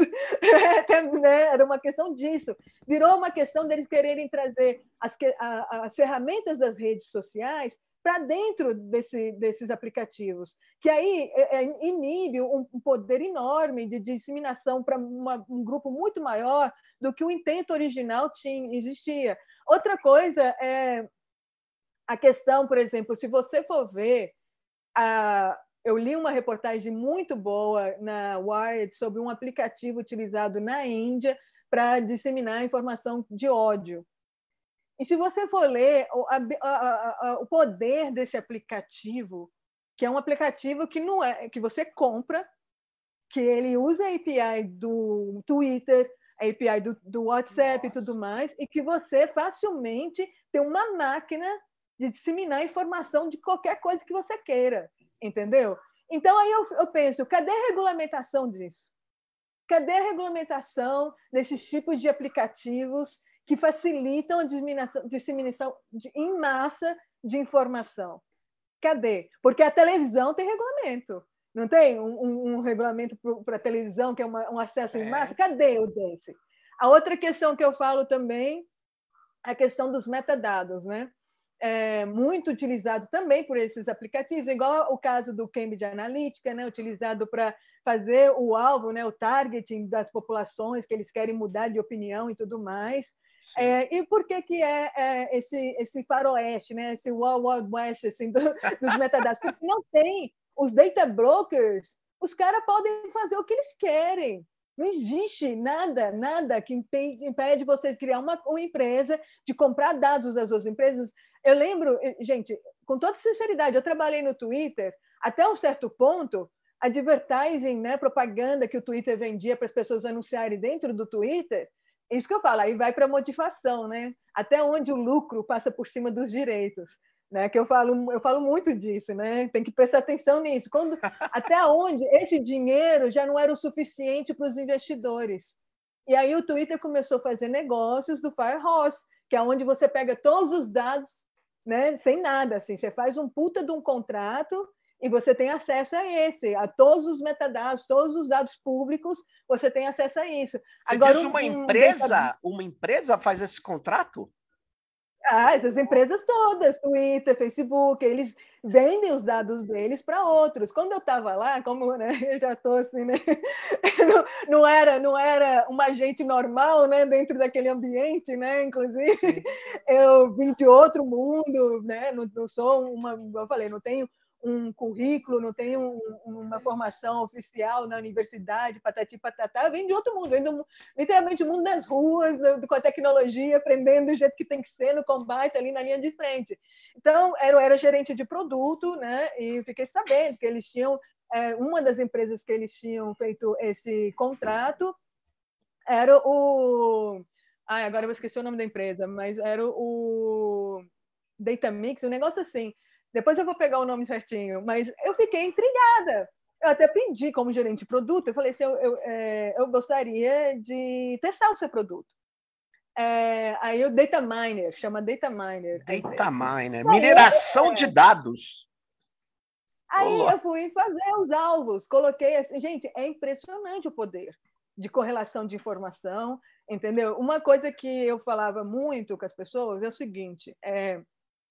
Era uma questão disso. Virou uma questão deles quererem trazer as, as ferramentas das redes sociais para dentro desse, desses aplicativos, que aí é, é, inibe um, um poder enorme de, de disseminação para um grupo muito maior do que o intento original tinha, existia. Outra coisa é a questão, por exemplo, se você for ver, a, eu li uma reportagem muito boa na Wired sobre um aplicativo utilizado na Índia para disseminar informação de ódio. E se você for ler o, a, a, a, o poder desse aplicativo, que é um aplicativo que não é que você compra, que ele usa a A P I do Twitter, a A P I do, do WhatsApp Nossa. E tudo mais, e que você facilmente tem uma máquina de disseminar informação de qualquer coisa que você queira, entendeu? Então aí eu, eu penso, cadê a regulamentação disso? Cadê a regulamentação desses tipos de aplicativos que facilitam a disseminação, disseminação de, em massa de informação? Cadê? Porque a televisão tem regulamento. Não tem um, um, um regulamento para a televisão, que é uma, um acesso é. em massa? Cadê o desse? A outra questão que eu falo também é a questão dos metadados, né? É muito utilizado também por esses aplicativos, igual o caso do Cambridge Analytica, né? Utilizado para fazer o alvo, né? O targeting das populações que eles querem mudar de opinião e tudo mais. É, e por que, que é, é esse, esse faroeste, né? Esse Wild Wild West assim, do, dos metadados? Porque não tem os data brokers Os caras podem fazer o que eles querem. Não existe nada, nada que impede você de criar uma, uma empresa, de comprar dados das outras empresas. Eu lembro, gente, com toda sinceridade, eu trabalhei no Twitter, até um certo ponto, advertising, né, propaganda que o Twitter vendia para as pessoas anunciarem dentro do Twitter, isso que eu falo, aí vai para a motivação, né? Até onde o lucro passa por cima dos direitos. Né, que eu falo, eu falo muito disso, né? Tem que prestar atenção nisso. Quando, até onde esse dinheiro já não era o suficiente para os investidores. E aí o Twitter começou a fazer negócios do Firehorse, que é onde você pega todos os dados, né, sem nada, assim, você faz um puta de um contrato e você tem acesso a esse, a todos os metadados, todos os dados públicos, você tem acesso a isso. Você Agora diz um, uma um empresa, uma empresa faz esse contrato? Ah, essas empresas todas, Twitter, Facebook, eles vendem os dados deles para outros. Quando eu estava lá, como, né, eu já estou assim, né, não, não era, não era uma gente normal, né, dentro daquele ambiente, né, inclusive, sim, eu vim de outro mundo, né, não, não sou uma, eu falei, não tenho um currículo, não tenho um, uma formação oficial na universidade, patati patatá, vem de outro mundo, vem do, literalmente o mundo das ruas, do, com a tecnologia, aprendendo do jeito que tem que ser no combate, ali na linha de frente. Então, eu era gerente de produto, né, e fiquei sabendo que eles tinham, é, uma das empresas que eles tinham feito esse contrato era o... Ai, agora eu vou esquecer o nome da empresa, mas era o Datamix, um negócio assim. Depois eu vou pegar o nome certinho, mas eu fiquei intrigada. Eu até pedi como gerente de produto, eu falei assim, eu, eu, é, eu gostaria de testar o seu produto. É, aí o Data Miner, chama Data Miner. Data Miner, mineração é, de dados. Aí Olá. eu fui fazer os alvos, coloquei assim, gente, é impressionante o poder de correlação de informação, entendeu? Uma coisa que eu falava muito com as pessoas é o seguinte, é,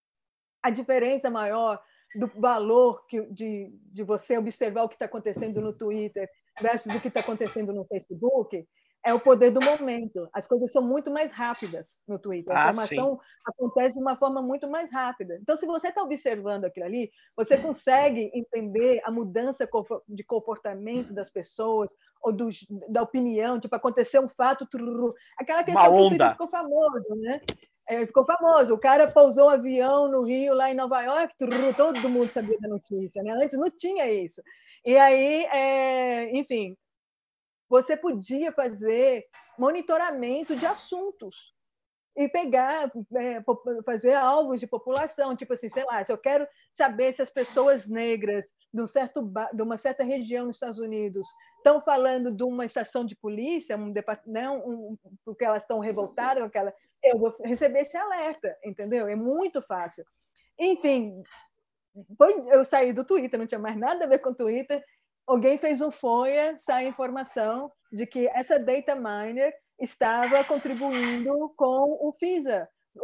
a diferença maior do valor que, de, de você observar o que está acontecendo no Twitter versus o que está acontecendo no Facebook é o poder do momento. As coisas são muito mais rápidas no Twitter. A informação ah, acontece de uma forma muito mais rápida. Então, se você está observando aquilo ali, você consegue entender a mudança de comportamento das pessoas ou do, da opinião, tipo, aconteceu um fato, trrr, aquela questão que o Twitter ficou famoso, né? É, ficou famoso. O cara pousou um avião no Rio, lá em Nova York, trrr, todo mundo sabia da notícia, né? Antes não tinha isso. E aí, é, enfim, você podia fazer monitoramento de assuntos e pegar, é, fazer alvos de população, tipo assim, sei lá, se eu quero saber se as pessoas negras de, um certo, de uma certa região nos Estados Unidos estão falando de uma estação de polícia, um, né, um, porque elas estão revoltadas com aquela... Eu vou receber esse alerta, entendeu? É muito fácil. Enfim, foi, eu saí do Twitter, não tinha mais nada a ver com o Twitter, alguém fez um FOIA, sai a informação de que essa data miner estava contribuindo com o FISA,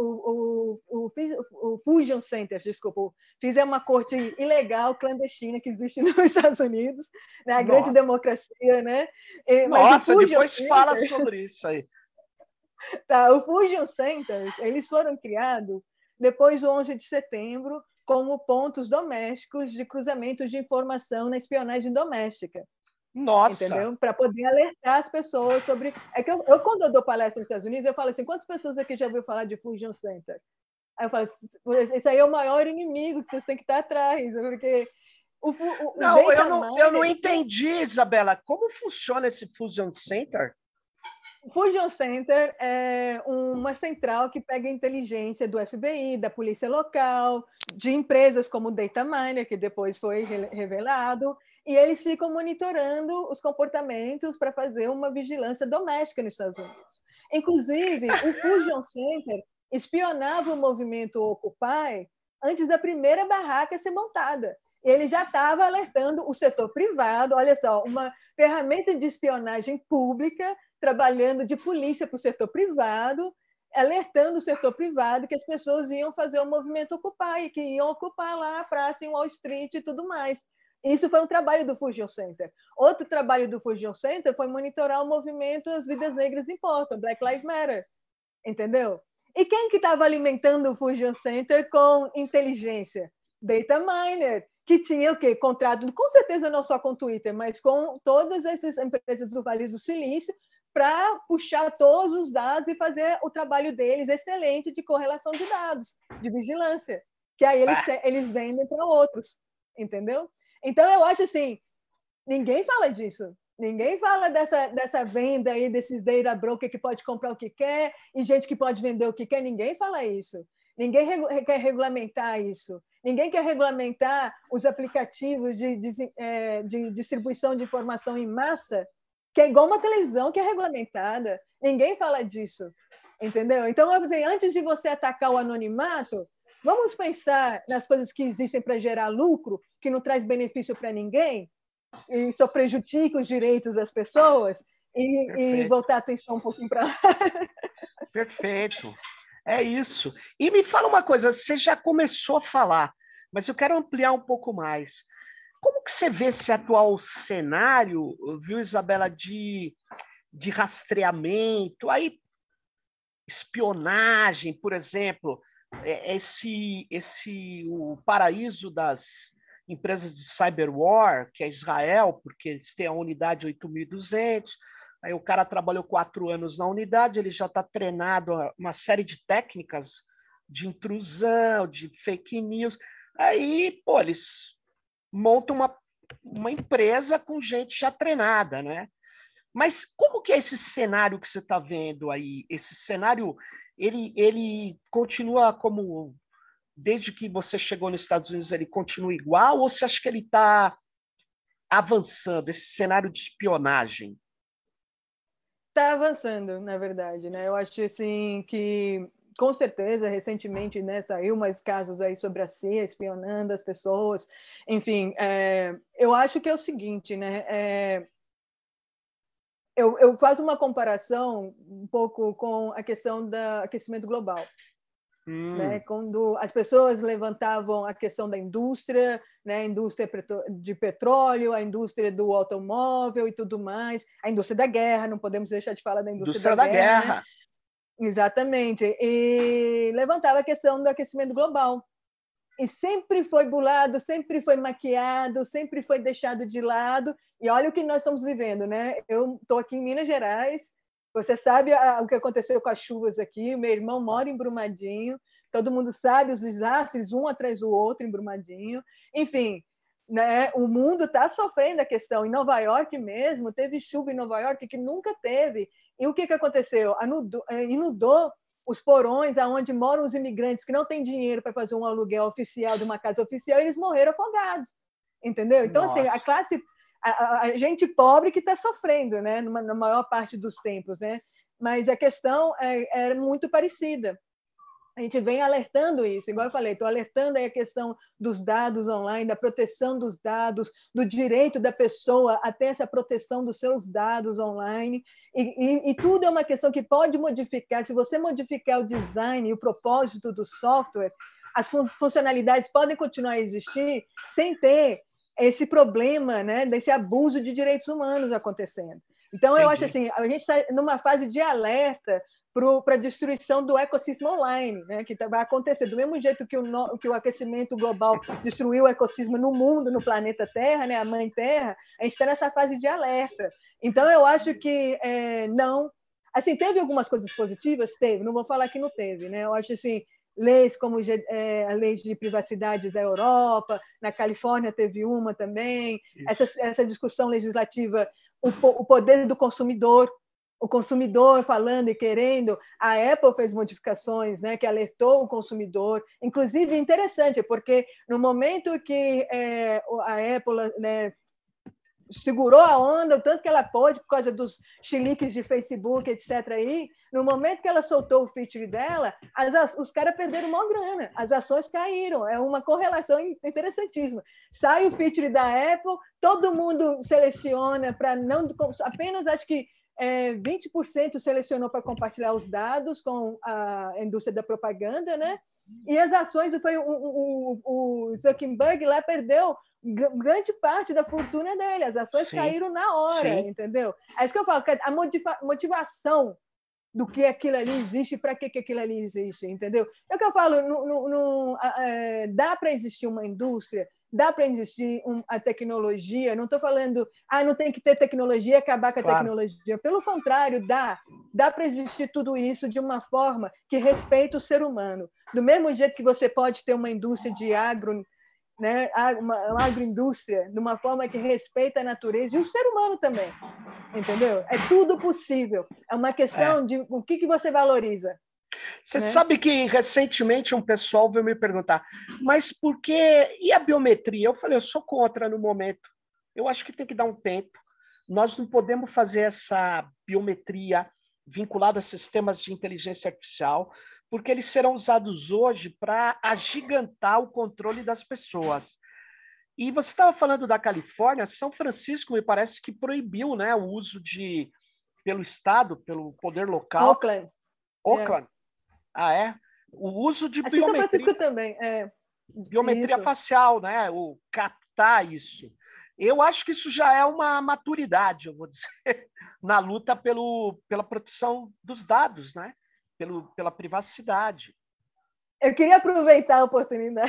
o, o, o, o Fusion Center, desculpa. O FISA é uma corte ilegal, clandestina, que existe nos Estados Unidos, né? A Nossa. grande democracia, né? E, Nossa, depois Center, fala sobre isso aí. Tá, o Fusion Centers, eles foram criados depois do onze de setembro, como pontos domésticos de cruzamento de informação na espionagem doméstica. Nossa! Entendeu? Para poder alertar as pessoas sobre... É que eu, eu, quando eu dou palestra nos Estados Unidos, eu falo assim, quantas pessoas aqui já ouviu falar de Fusion Center? Aí eu falo assim, esse aí é o maior inimigo que vocês têm que estar atrás, porque... O, o, não, o eu não, Miner, eu não entendi, Isabela, como funciona esse Fusion Center? O Fusion Center é uma central que pega a inteligência do F B I, da polícia local, de empresas como o Data Miner, que depois foi revelado, e eles ficam monitorando os comportamentos para fazer uma vigilância doméstica nos Estados Unidos. Inclusive, o Fusion Center espionava o movimento Occupy antes da primeira barraca ser montada. Ele já estava alertando o setor privado, olha só, uma ferramenta de espionagem pública trabalhando de polícia para o setor privado, alertando o setor privado que as pessoas iam fazer o movimento Occupy, que iam ocupar lá a praça em Wall Street e tudo mais. Isso foi um trabalho do Fusion Center. Outro trabalho do Fusion Center foi monitorar o movimento As Vidas Negras Importam, Black Lives Matter, entendeu? E quem que estava alimentando o Fusion Center com inteligência? Data Miner, que tinha o quê? Contrato, com certeza não só com o Twitter, mas com todas essas empresas do Vale do Silício, para puxar todos os dados e fazer o trabalho deles excelente de correlação de dados, de vigilância, que aí eles, eles vendem para outros, entendeu? Então, eu acho assim, ninguém fala disso. Ninguém fala dessa, dessa venda aí, desses data broker que pode comprar o que quer e gente que pode vender o que quer. Ninguém fala isso. Ninguém regu quer regulamentar isso. Ninguém quer regulamentar os aplicativos de, de, de distribuição de informação em massa, que é igual uma televisão que é regulamentada. Ninguém fala disso, entendeu? Então, eu vou dizer, antes de você atacar o anonimato, vamos pensar nas coisas que existem para gerar lucro, que não traz benefício para ninguém, e só prejudica os direitos das pessoas, e, e voltar a atenção um pouquinho para lá. Perfeito. É isso. E me fala uma coisa, você já começou a falar, mas eu quero ampliar um pouco mais. Como que você vê esse atual cenário, viu, Isabela, de, de rastreamento, aí, espionagem, por exemplo, esse, esse o paraíso das empresas de cyberwar, que é Israel, porque eles têm a unidade oito mil e duzentos, aí o cara trabalhou quatro anos na unidade, ele já está treinado a uma série de técnicas de intrusão, de fake news, aí, pô, eles montam uma, uma empresa com gente já treinada, né? Mas como que é esse cenário que você está vendo aí? Esse cenário, ele, ele continua como... Desde que você chegou nos Estados Unidos, ele continua igual? Ou você acha que ele está avançando, esse cenário de espionagem? Está avançando, na verdade, né? Eu acho assim que, com certeza, recentemente, né, saiu mais casos aí sobre a C I A espionando as pessoas. Enfim, é, eu acho que é o seguinte, né? É, eu, eu faço uma comparação um pouco com a questão do aquecimento global. Hum. Né? Quando as pessoas levantavam a questão da indústria, né? A indústria de petróleo, a indústria do automóvel e tudo mais, a indústria da guerra, não podemos deixar de falar da indústria, indústria da, da guerra. guerra. Né? Exatamente. E levantava a questão do aquecimento global. E sempre foi bulado, sempre foi maquiado, sempre foi deixado de lado. E olha o que nós estamos vivendo, né? Eu estou aqui em Minas Gerais. Você sabe o que aconteceu com as chuvas aqui. Meu irmão mora em Brumadinho. Todo mundo sabe os desastres, um atrás do outro em Brumadinho. Enfim, né, o mundo está sofrendo a questão. Em Nova York mesmo, teve chuva em Nova York que nunca teve. E o que, que aconteceu? Inundou, inundou os porões aonde moram os imigrantes que não têm dinheiro para fazer um aluguel oficial de uma casa oficial, e eles morreram afogados. Entendeu? Então, Nossa. assim, a classe... A, a gente pobre que está sofrendo, né, numa, na maior parte dos tempos, né? Mas a questão é, é muito parecida. A gente vem alertando isso, igual eu falei, estou alertando aí a questão dos dados online, da proteção dos dados, do direito da pessoa a ter essa proteção dos seus dados online, e, e, e tudo é uma questão que pode modificar. Se você modificar o design e o propósito do software, as fun funcionalidades podem continuar a existir sem ter esse problema, né, desse abuso de direitos humanos acontecendo. Então, eu Entendi. acho assim, a gente está numa fase de alerta para a destruição do ecossistema online, né, que vai acontecer. Do mesmo jeito que o, no, que o aquecimento global destruiu o ecossistema no mundo, no planeta Terra, né, a Mãe Terra, a gente está nessa fase de alerta. Então, eu acho que é, não... Assim, teve algumas coisas positivas? Teve. Não vou falar que não teve, né? Eu acho assim... leis como é, a lei de privacidade da Europa, na Califórnia teve uma também, essa, essa discussão legislativa, o, o poder do consumidor, o consumidor falando e querendo, a Apple fez modificações, né, que alertou o consumidor, inclusive interessante, porque no momento que é, a Apple, né, segurou a onda o tanto que ela pôde por causa dos chiliques de Facebook, etcétera. Aí, no momento que ela soltou o feature dela, as, os caras perderam uma grana, as ações caíram. É uma correlação interessantíssima. Sai o feature da Apple, todo mundo seleciona para não... Apenas, acho que é, vinte por cento selecionou para compartilhar os dados com a indústria da propaganda, né? E as ações, foi o, o, o Zuckerberg lá perdeu grande parte da fortuna dele, as ações Sim. caíram na hora, Sim. entendeu? É isso que eu falo, a motiva motivação do que aquilo ali existe, para que, que aquilo ali existe, entendeu? É o que eu falo, no, no, no, é, dá para existir uma indústria Dá para existir um, a tecnologia, não estou falando, ah, não tem que ter tecnologia e acabar com a claro. tecnologia. Pelo contrário, dá. Dá para existir tudo isso de uma forma que respeita o ser humano. Do mesmo jeito que você pode ter uma indústria de agro, né, uma, uma agroindústria, de uma forma que respeita a natureza e o ser humano também. Entendeu? É tudo possível. É uma questão é. de o que, que você valoriza. Você né? sabe que recentemente um pessoal veio me perguntar, mas por que... E a biometria? Eu falei, eu sou contra no momento. Eu acho que tem que dar um tempo. Nós não podemos fazer essa biometria vinculada a sistemas de inteligência artificial, porque eles serão usados hoje para agigantar o controle das pessoas. E você estava falando da Califórnia, São Francisco me parece que proibiu, né, o uso de, pelo Estado, pelo poder local. Oakland. Oakland. É. Ah, é? O uso de Acho biometria. Que São Francisco também. É. Biometria isso. facial, né? O captar isso. Eu acho que isso já é uma maturidade, eu vou dizer, na luta pelo, pela proteção dos dados, né? Pelo, pela privacidade. Eu queria aproveitar a oportunidade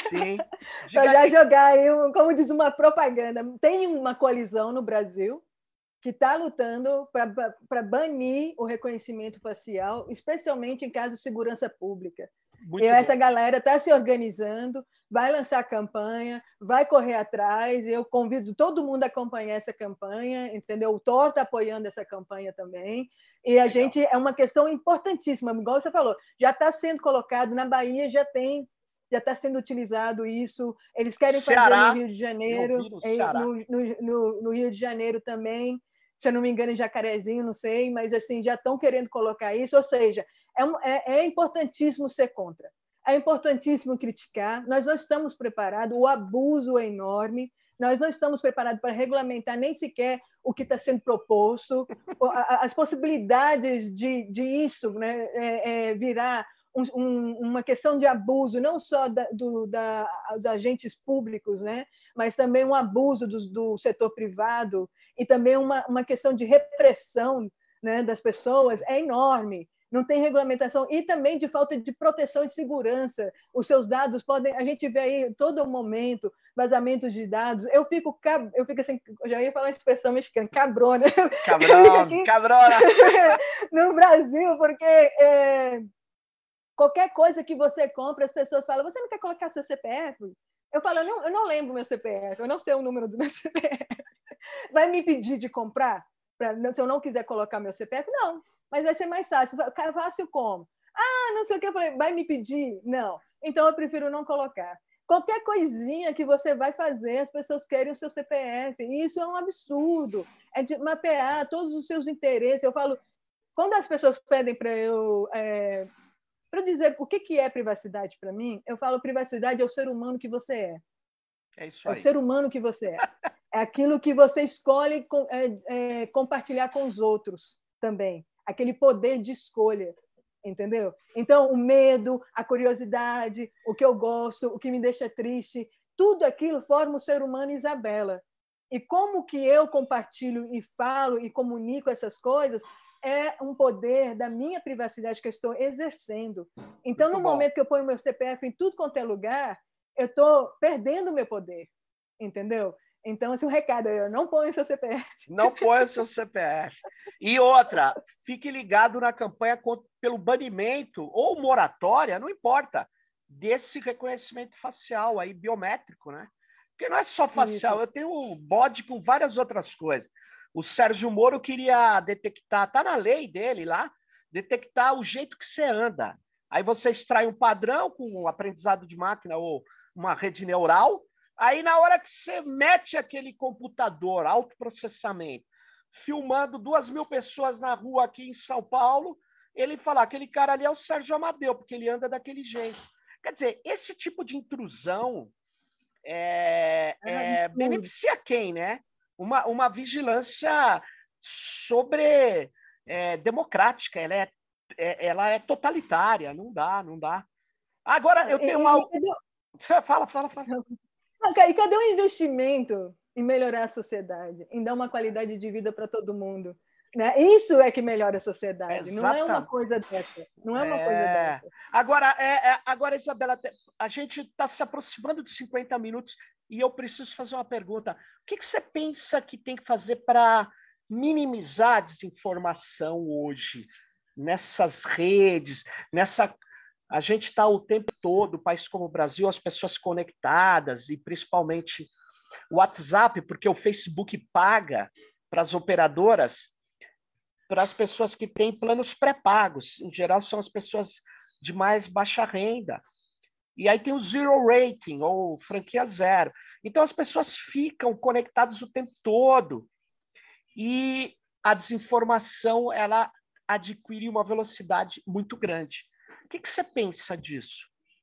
para já jogar aí, um, como diz, uma propaganda. Tem uma coalizão no Brasil que está lutando para banir o reconhecimento facial, especialmente em casos de segurança pública. Muito e essa bom. galera está se organizando, vai lançar campanha, vai correr atrás. Eu convido todo mundo a acompanhar essa campanha, entendeu? O Thor está apoiando essa campanha também. E a Legal. gente é uma questão importantíssima, igual você falou, já está sendo colocado na Bahia, já tem, já está sendo utilizado isso. Eles querem Ceará, fazer no Rio de Janeiro, no, Ceará. no, no, no, no Rio de Janeiro também. Se eu não me engano, em Jacarezinho, não sei, mas assim já estão querendo colocar isso. Ou seja, é, um, é, é importantíssimo ser contra. É importantíssimo criticar. Nós não estamos preparados, o abuso é enorme. Nós não estamos preparados para regulamentar nem sequer o que está sendo proposto. As possibilidades de, de isso, né, é, é virar um, um, uma questão de abuso, não só da, do, da, dos agentes públicos, né, mas também um abuso do, do setor privado e também uma, uma questão de repressão, né, das pessoas, é enorme. Não tem regulamentação e também de falta de proteção e segurança. Os seus dados podem... A gente vê aí todo momento vazamentos de dados. Eu fico, eu fico assim, eu já ia falar a expressão mexicana, cabrona. Cabrona, cabrona. No Brasil, porque é, qualquer coisa que você compra, as pessoas falam, você não quer colocar seu C P F? Eu falo, eu não, eu não lembro meu C P F, eu não sei o número do meu C P F. Vai me pedir de comprar? Pra, se eu não quiser colocar meu C P F? Não. Mas vai ser mais fácil. Fácil como? Ah, não sei o que. Eu falei, vai me pedir? Não. Então, eu prefiro não colocar. Qualquer coisinha que você vai fazer, as pessoas querem o seu C P F. E isso é um absurdo. É de mapear todos os seus interesses. Eu falo, quando as pessoas pedem para eu, é, para dizer o que, que é privacidade para mim, eu falo, privacidade é o ser humano que você é. É isso aí. É o ser humano que você é. É aquilo que você escolhe é, é, compartilhar com os outros também. Aquele poder de escolha, entendeu? Então, o medo, a curiosidade, o que eu gosto, o que me deixa triste, tudo aquilo forma o ser humano Isabela. E como que eu compartilho e falo e comunico essas coisas é um poder da minha privacidade que eu estou exercendo. Então, Muito no bom. momento que eu ponho meu C P F em tudo quanto é lugar, eu estou perdendo o meu poder, entendeu? Então, esse é o recado, eu não ponho seu C P F. Não ponha seu C P F. E outra, fique ligado na campanha pelo banimento ou moratória, não importa, desse reconhecimento facial aí, biométrico, né? Porque não é só facial, Isso. eu tenho bode com várias outras coisas. O Sérgio Moro queria detectar, tá na lei dele lá, detectar o jeito que você anda. Aí você extrai um padrão com um aprendizado de máquina ou uma rede neural. Aí, na hora que você mete aquele computador, autoprocessamento, filmando duas mil pessoas na rua aqui em São Paulo, ele fala, aquele cara ali é o Sérgio Amadeu, porque ele anda daquele jeito. Quer dizer, esse tipo de intrusão é, é, beneficia quem, né? Uma, uma vigilância sobre é, democrática, ela é, é, ela é totalitária, não dá, não dá. Agora, eu tenho uma... Fala, fala, fala. Não, e cadê o investimento em melhorar a sociedade, em dar uma qualidade de vida para todo mundo? Né? Isso é que melhora a sociedade, Exatamente. não é uma coisa dessa. Não é uma é... coisa dessa. Agora, é, é, agora, Isabela, a gente está se aproximando de cinquenta minutos. E eu preciso fazer uma pergunta. O que, que você pensa que tem que fazer para minimizar a desinformação hoje nessas redes, nessa... A gente está o tempo todo, país como o Brasil, as pessoas conectadas, e principalmente o WhatsApp, porque o Facebook paga para as operadoras, para as pessoas que têm planos pré-pagos. Em geral, são as pessoas de mais baixa renda. E aí tem o zero rating, ou franquia zero. Então, as pessoas ficam conectadas o tempo todo. E a desinformação, ela adquire uma velocidade muito grande. O que, que você pensa disso?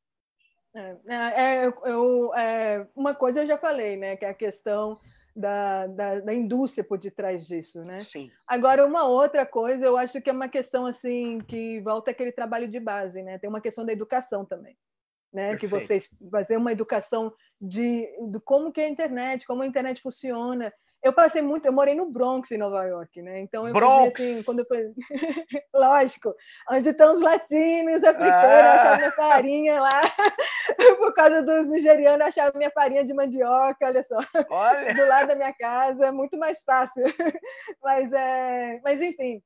É, é, eu, é, uma coisa eu já falei, né, que é a questão da, da, da indústria por detrás disso, né? Sim. Agora, uma outra coisa, eu acho que é uma questão assim que volta àquele trabalho de base, né? Tem uma questão da educação também, né? Perfeito. Que vocês fazer uma educação de, de como que é a internet, como a internet funciona. Eu passei muito, eu morei no Bronx, em Nova York, né? Então eu Bronx. fazia assim, quando eu fui... lógico, onde estão os latinos, africanos, ah. achavam minha farinha lá, por causa dos nigerianos, achavam minha farinha de mandioca, olha só, olha. Do lado da minha casa, é muito mais fácil. Mas, é... Mas enfim,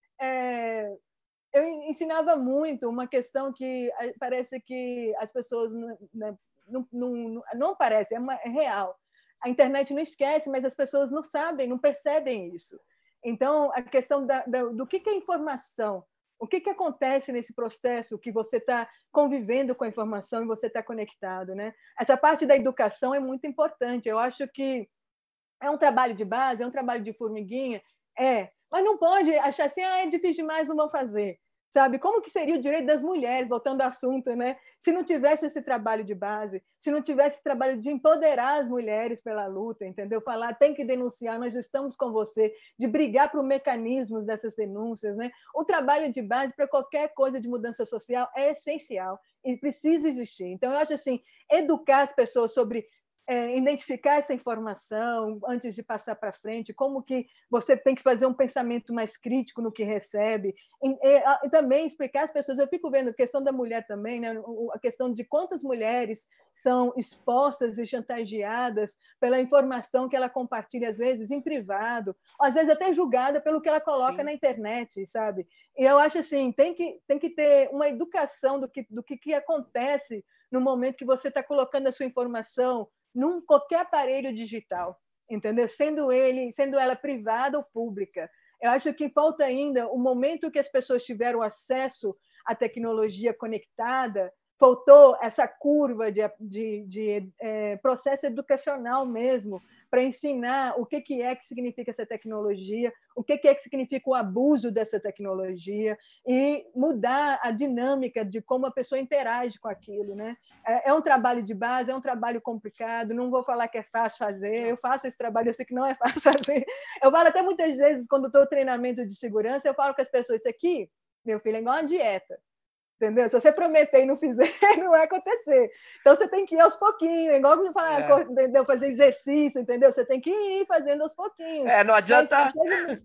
é... eu ensinava muito uma questão que parece que as pessoas não, não, não, não parece, é, uma, é real. A internet não esquece, mas as pessoas não sabem, não percebem isso. Então, a questão da, da, do que, que é informação, o que, que acontece nesse processo que você está convivendo com a informação e você está conectado, né? Essa parte da educação é muito importante. Eu acho que é um trabalho de base, é um trabalho de formiguinha, é, mas não pode achar assim, ah, é difícil demais, não vou fazer. Sabe? Como que seria o direito das mulheres, voltando ao assunto, né? Se não tivesse esse trabalho de base, se não tivesse esse trabalho de empoderar as mulheres pela luta, entendeu? Falar, tem que denunciar, nós estamos com você, de brigar por mecanismos dessas denúncias, né? O trabalho de base para qualquer coisa de mudança social é essencial e precisa existir. Então, eu acho assim, educar as pessoas sobre É, identificar essa informação antes de passar para frente, como que você tem que fazer um pensamento mais crítico no que recebe, e, e, e também explicar às pessoas, eu fico vendo a questão da mulher também, né? A questão de quantas mulheres são expostas e chantageadas pela informação que ela compartilha, às vezes, em privado, ou, às vezes até julgada pelo que ela coloca Sim. na internet, sabe? E eu acho assim, tem que, tem que ter uma educação do que, do que, que acontece no momento que você está colocando a sua informação num qualquer aparelho digital, entendeu? Sendo ele, sendo ela privada ou pública. Eu acho que falta ainda o momento que as pessoas tiveram acesso à tecnologia conectada, faltou essa curva de, de, de é, processo educacional mesmo, para ensinar o que, que é que significa essa tecnologia, o que, que é que significa o abuso dessa tecnologia e mudar a dinâmica de como a pessoa interage com aquilo, né? É, é um trabalho de base, é um trabalho complicado, não vou falar que é fácil fazer, eu faço esse trabalho, eu sei que não é fácil fazer. Eu falo até muitas vezes, quando estou treinamento de segurança, eu falo com as pessoas, isso aqui, meu filho, é igual uma dieta. Entendeu? Se você prometer e não fizer, não vai acontecer. Então, você tem que ir aos pouquinhos, igual você fala, é. entendeu? Fazer exercício, entendeu? Você tem que ir fazendo aos pouquinhos. É, não adianta, Mas,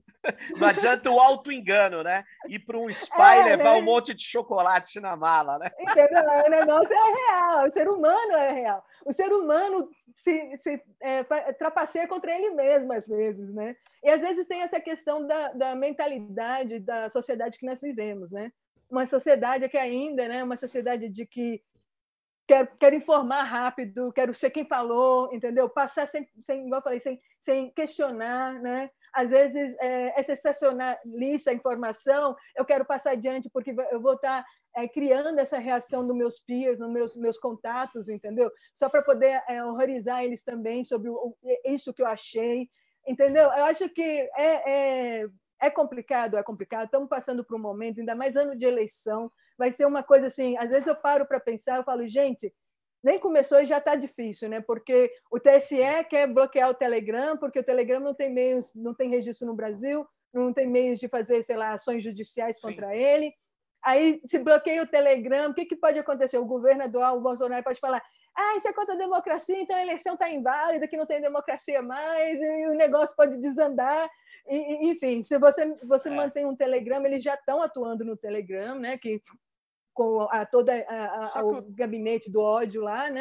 não adianta o auto-engano, né? Ir para um spa é, e levar né? um monte de chocolate na mala, né? Entendeu? O negócio é real, o ser humano é real. O ser humano se, se é, trapaceia contra ele mesmo, às vezes, né? E, às vezes, tem essa questão da, da mentalidade da sociedade que nós vivemos, né? Uma sociedade que ainda, né, uma sociedade de que quero, quero informar rápido, quero ser quem falou, entendeu? Passar sem, sem igual eu falei, sem, sem questionar, né? Às vezes é, é sensacionalista a informação, eu quero passar adiante porque eu vou estar é, criando essa reação dos meus peers, nos meus, meus contatos, entendeu? Só para poder é, horrorizar eles também sobre o, isso que eu achei, entendeu? Eu acho que é, é É complicado, é complicado. Estamos passando por um momento, ainda mais ano de eleição. Vai ser uma coisa assim. Às vezes eu paro para pensar, eu falo, gente, nem começou e já está difícil, né? Porque o T S E quer bloquear o Telegram, porque o Telegram não tem meios, não tem registro no Brasil, não tem meios de fazer, sei lá, ações judiciais Sim. contra ele. Aí, se bloqueia o Telegram, o que, que pode acontecer? O governo atual, o Bolsonaro, pode falar: ah, isso é contra a democracia, então a eleição está inválida, que não tem democracia mais, e o negócio pode desandar. E, enfim, se você, você é. mantém um Telegram, eles já estão atuando no Telegram, né? Que, com a, toda a, a, o gabinete do ódio lá, né?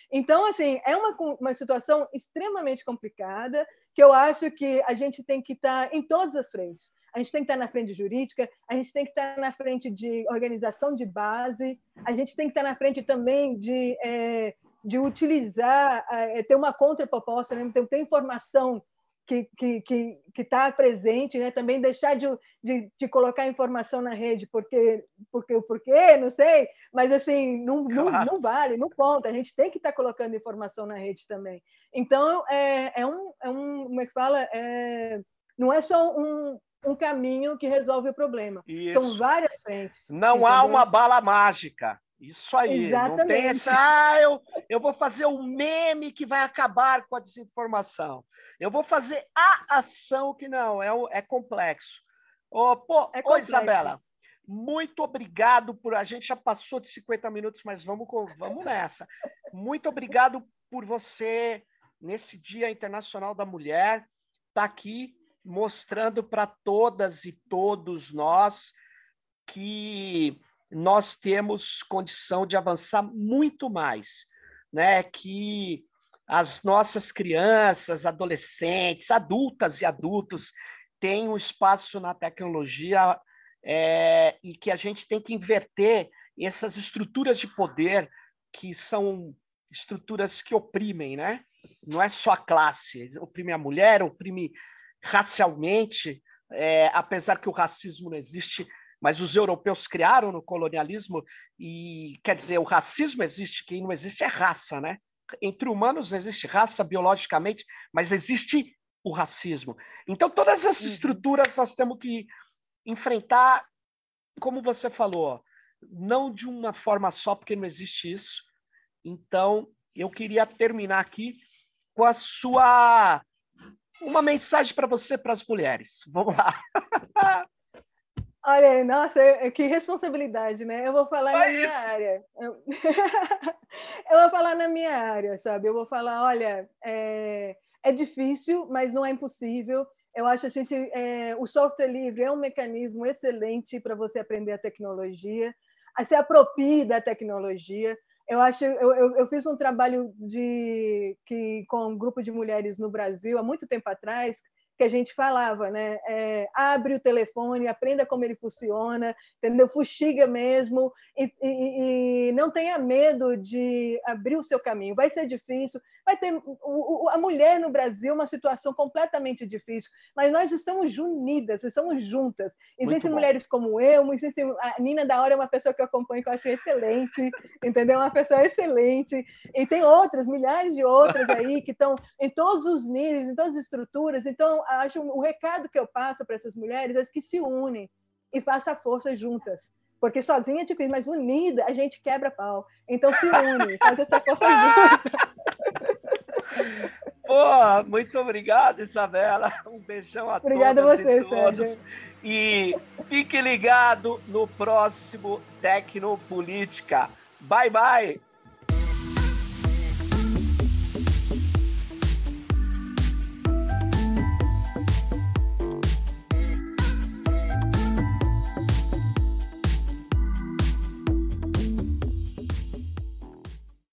Então, assim, é uma, uma situação extremamente complicada, que eu acho que a gente tem que estar em todas as frentes. A gente tem que estar na frente jurídica, a gente tem que estar na frente de organização de base, a gente tem que estar na frente também de, é, de utilizar, é, ter uma contraproposta, né? ter, ter informação que que que que está presente, né? Também deixar de, de, de colocar informação na rede porque porque o porquê, não sei, mas assim não, claro. não, não vale, não conta. A gente tem que estar tá colocando informação na rede também. Então é, é um é um como é que fala é, não é só um um caminho que resolve o problema. Isso. São várias frentes. Não entendeu? Há uma bala mágica. Isso aí. Exatamente. Não tem essa. Ah, eu, eu vou fazer um meme que vai acabar com a desinformação. Eu vou fazer a ação que não, é, é complexo. Oh, pô, é complexo. Ô, Isabela, muito obrigado por. A gente já passou de cinquenta minutos, mas vamos, vamos nessa. Muito obrigado por você, nesse Dia Internacional da Mulher, estar tá aqui mostrando para todas e todos nós que nós temos condição de avançar muito mais, né? Que as nossas crianças, adolescentes, adultas e adultos têm um espaço na tecnologia é, e que a gente tem que inverter essas estruturas de poder que são estruturas que oprimem, né? Não é só a classe, oprime a mulher, oprime racialmente, é, apesar que o racismo não existe, mas os europeus criaram no colonialismo e, quer dizer, o racismo existe, quem não existe é raça, né? Entre humanos não existe raça biologicamente, mas existe o racismo. Então, todas essas estruturas nós temos que enfrentar, como você falou, não de uma forma só, porque não existe isso. Então, eu queria terminar aqui com a sua... uma mensagem para você, para as mulheres. Vamos lá. Olha, nossa, que responsabilidade, né? Eu vou falar Foi na minha isso. área. Eu... eu vou falar na minha área, sabe? Eu vou falar, olha, é, é difícil, mas não é impossível. Eu acho assim, se, é, o software livre é um mecanismo excelente para você aprender a tecnologia, a se aproprie da tecnologia. Eu acho, eu, eu, eu fiz um trabalho de, que, com um grupo de mulheres no Brasil há muito tempo atrás, que a gente falava, né? É, abre o telefone, aprenda como ele funciona, entendeu? Fuxiga mesmo e, e, e não tenha medo de abrir o seu caminho. Vai ser difícil, vai ter o, o, a mulher no Brasil uma situação completamente difícil, mas nós estamos unidas, estamos juntas. Existem mulheres como eu, existe, a Nina da Hora é uma pessoa que eu acompanho que eu acho excelente, entendeu? Uma pessoa excelente. E tem outras, milhares de outras aí que estão em todos os níveis, em todas as estruturas. Então, acho o recado que eu passo para essas mulheres é que se unem e façam força juntas. Porque sozinha é difícil, mas unida a gente quebra pau. Então se une, faz essa força junta. Pô, muito obrigado, Isabela. Um beijão a Obrigada todas a você, e todos. Sérgio. E fique ligado no próximo Tecnopolítica. Bye, bye!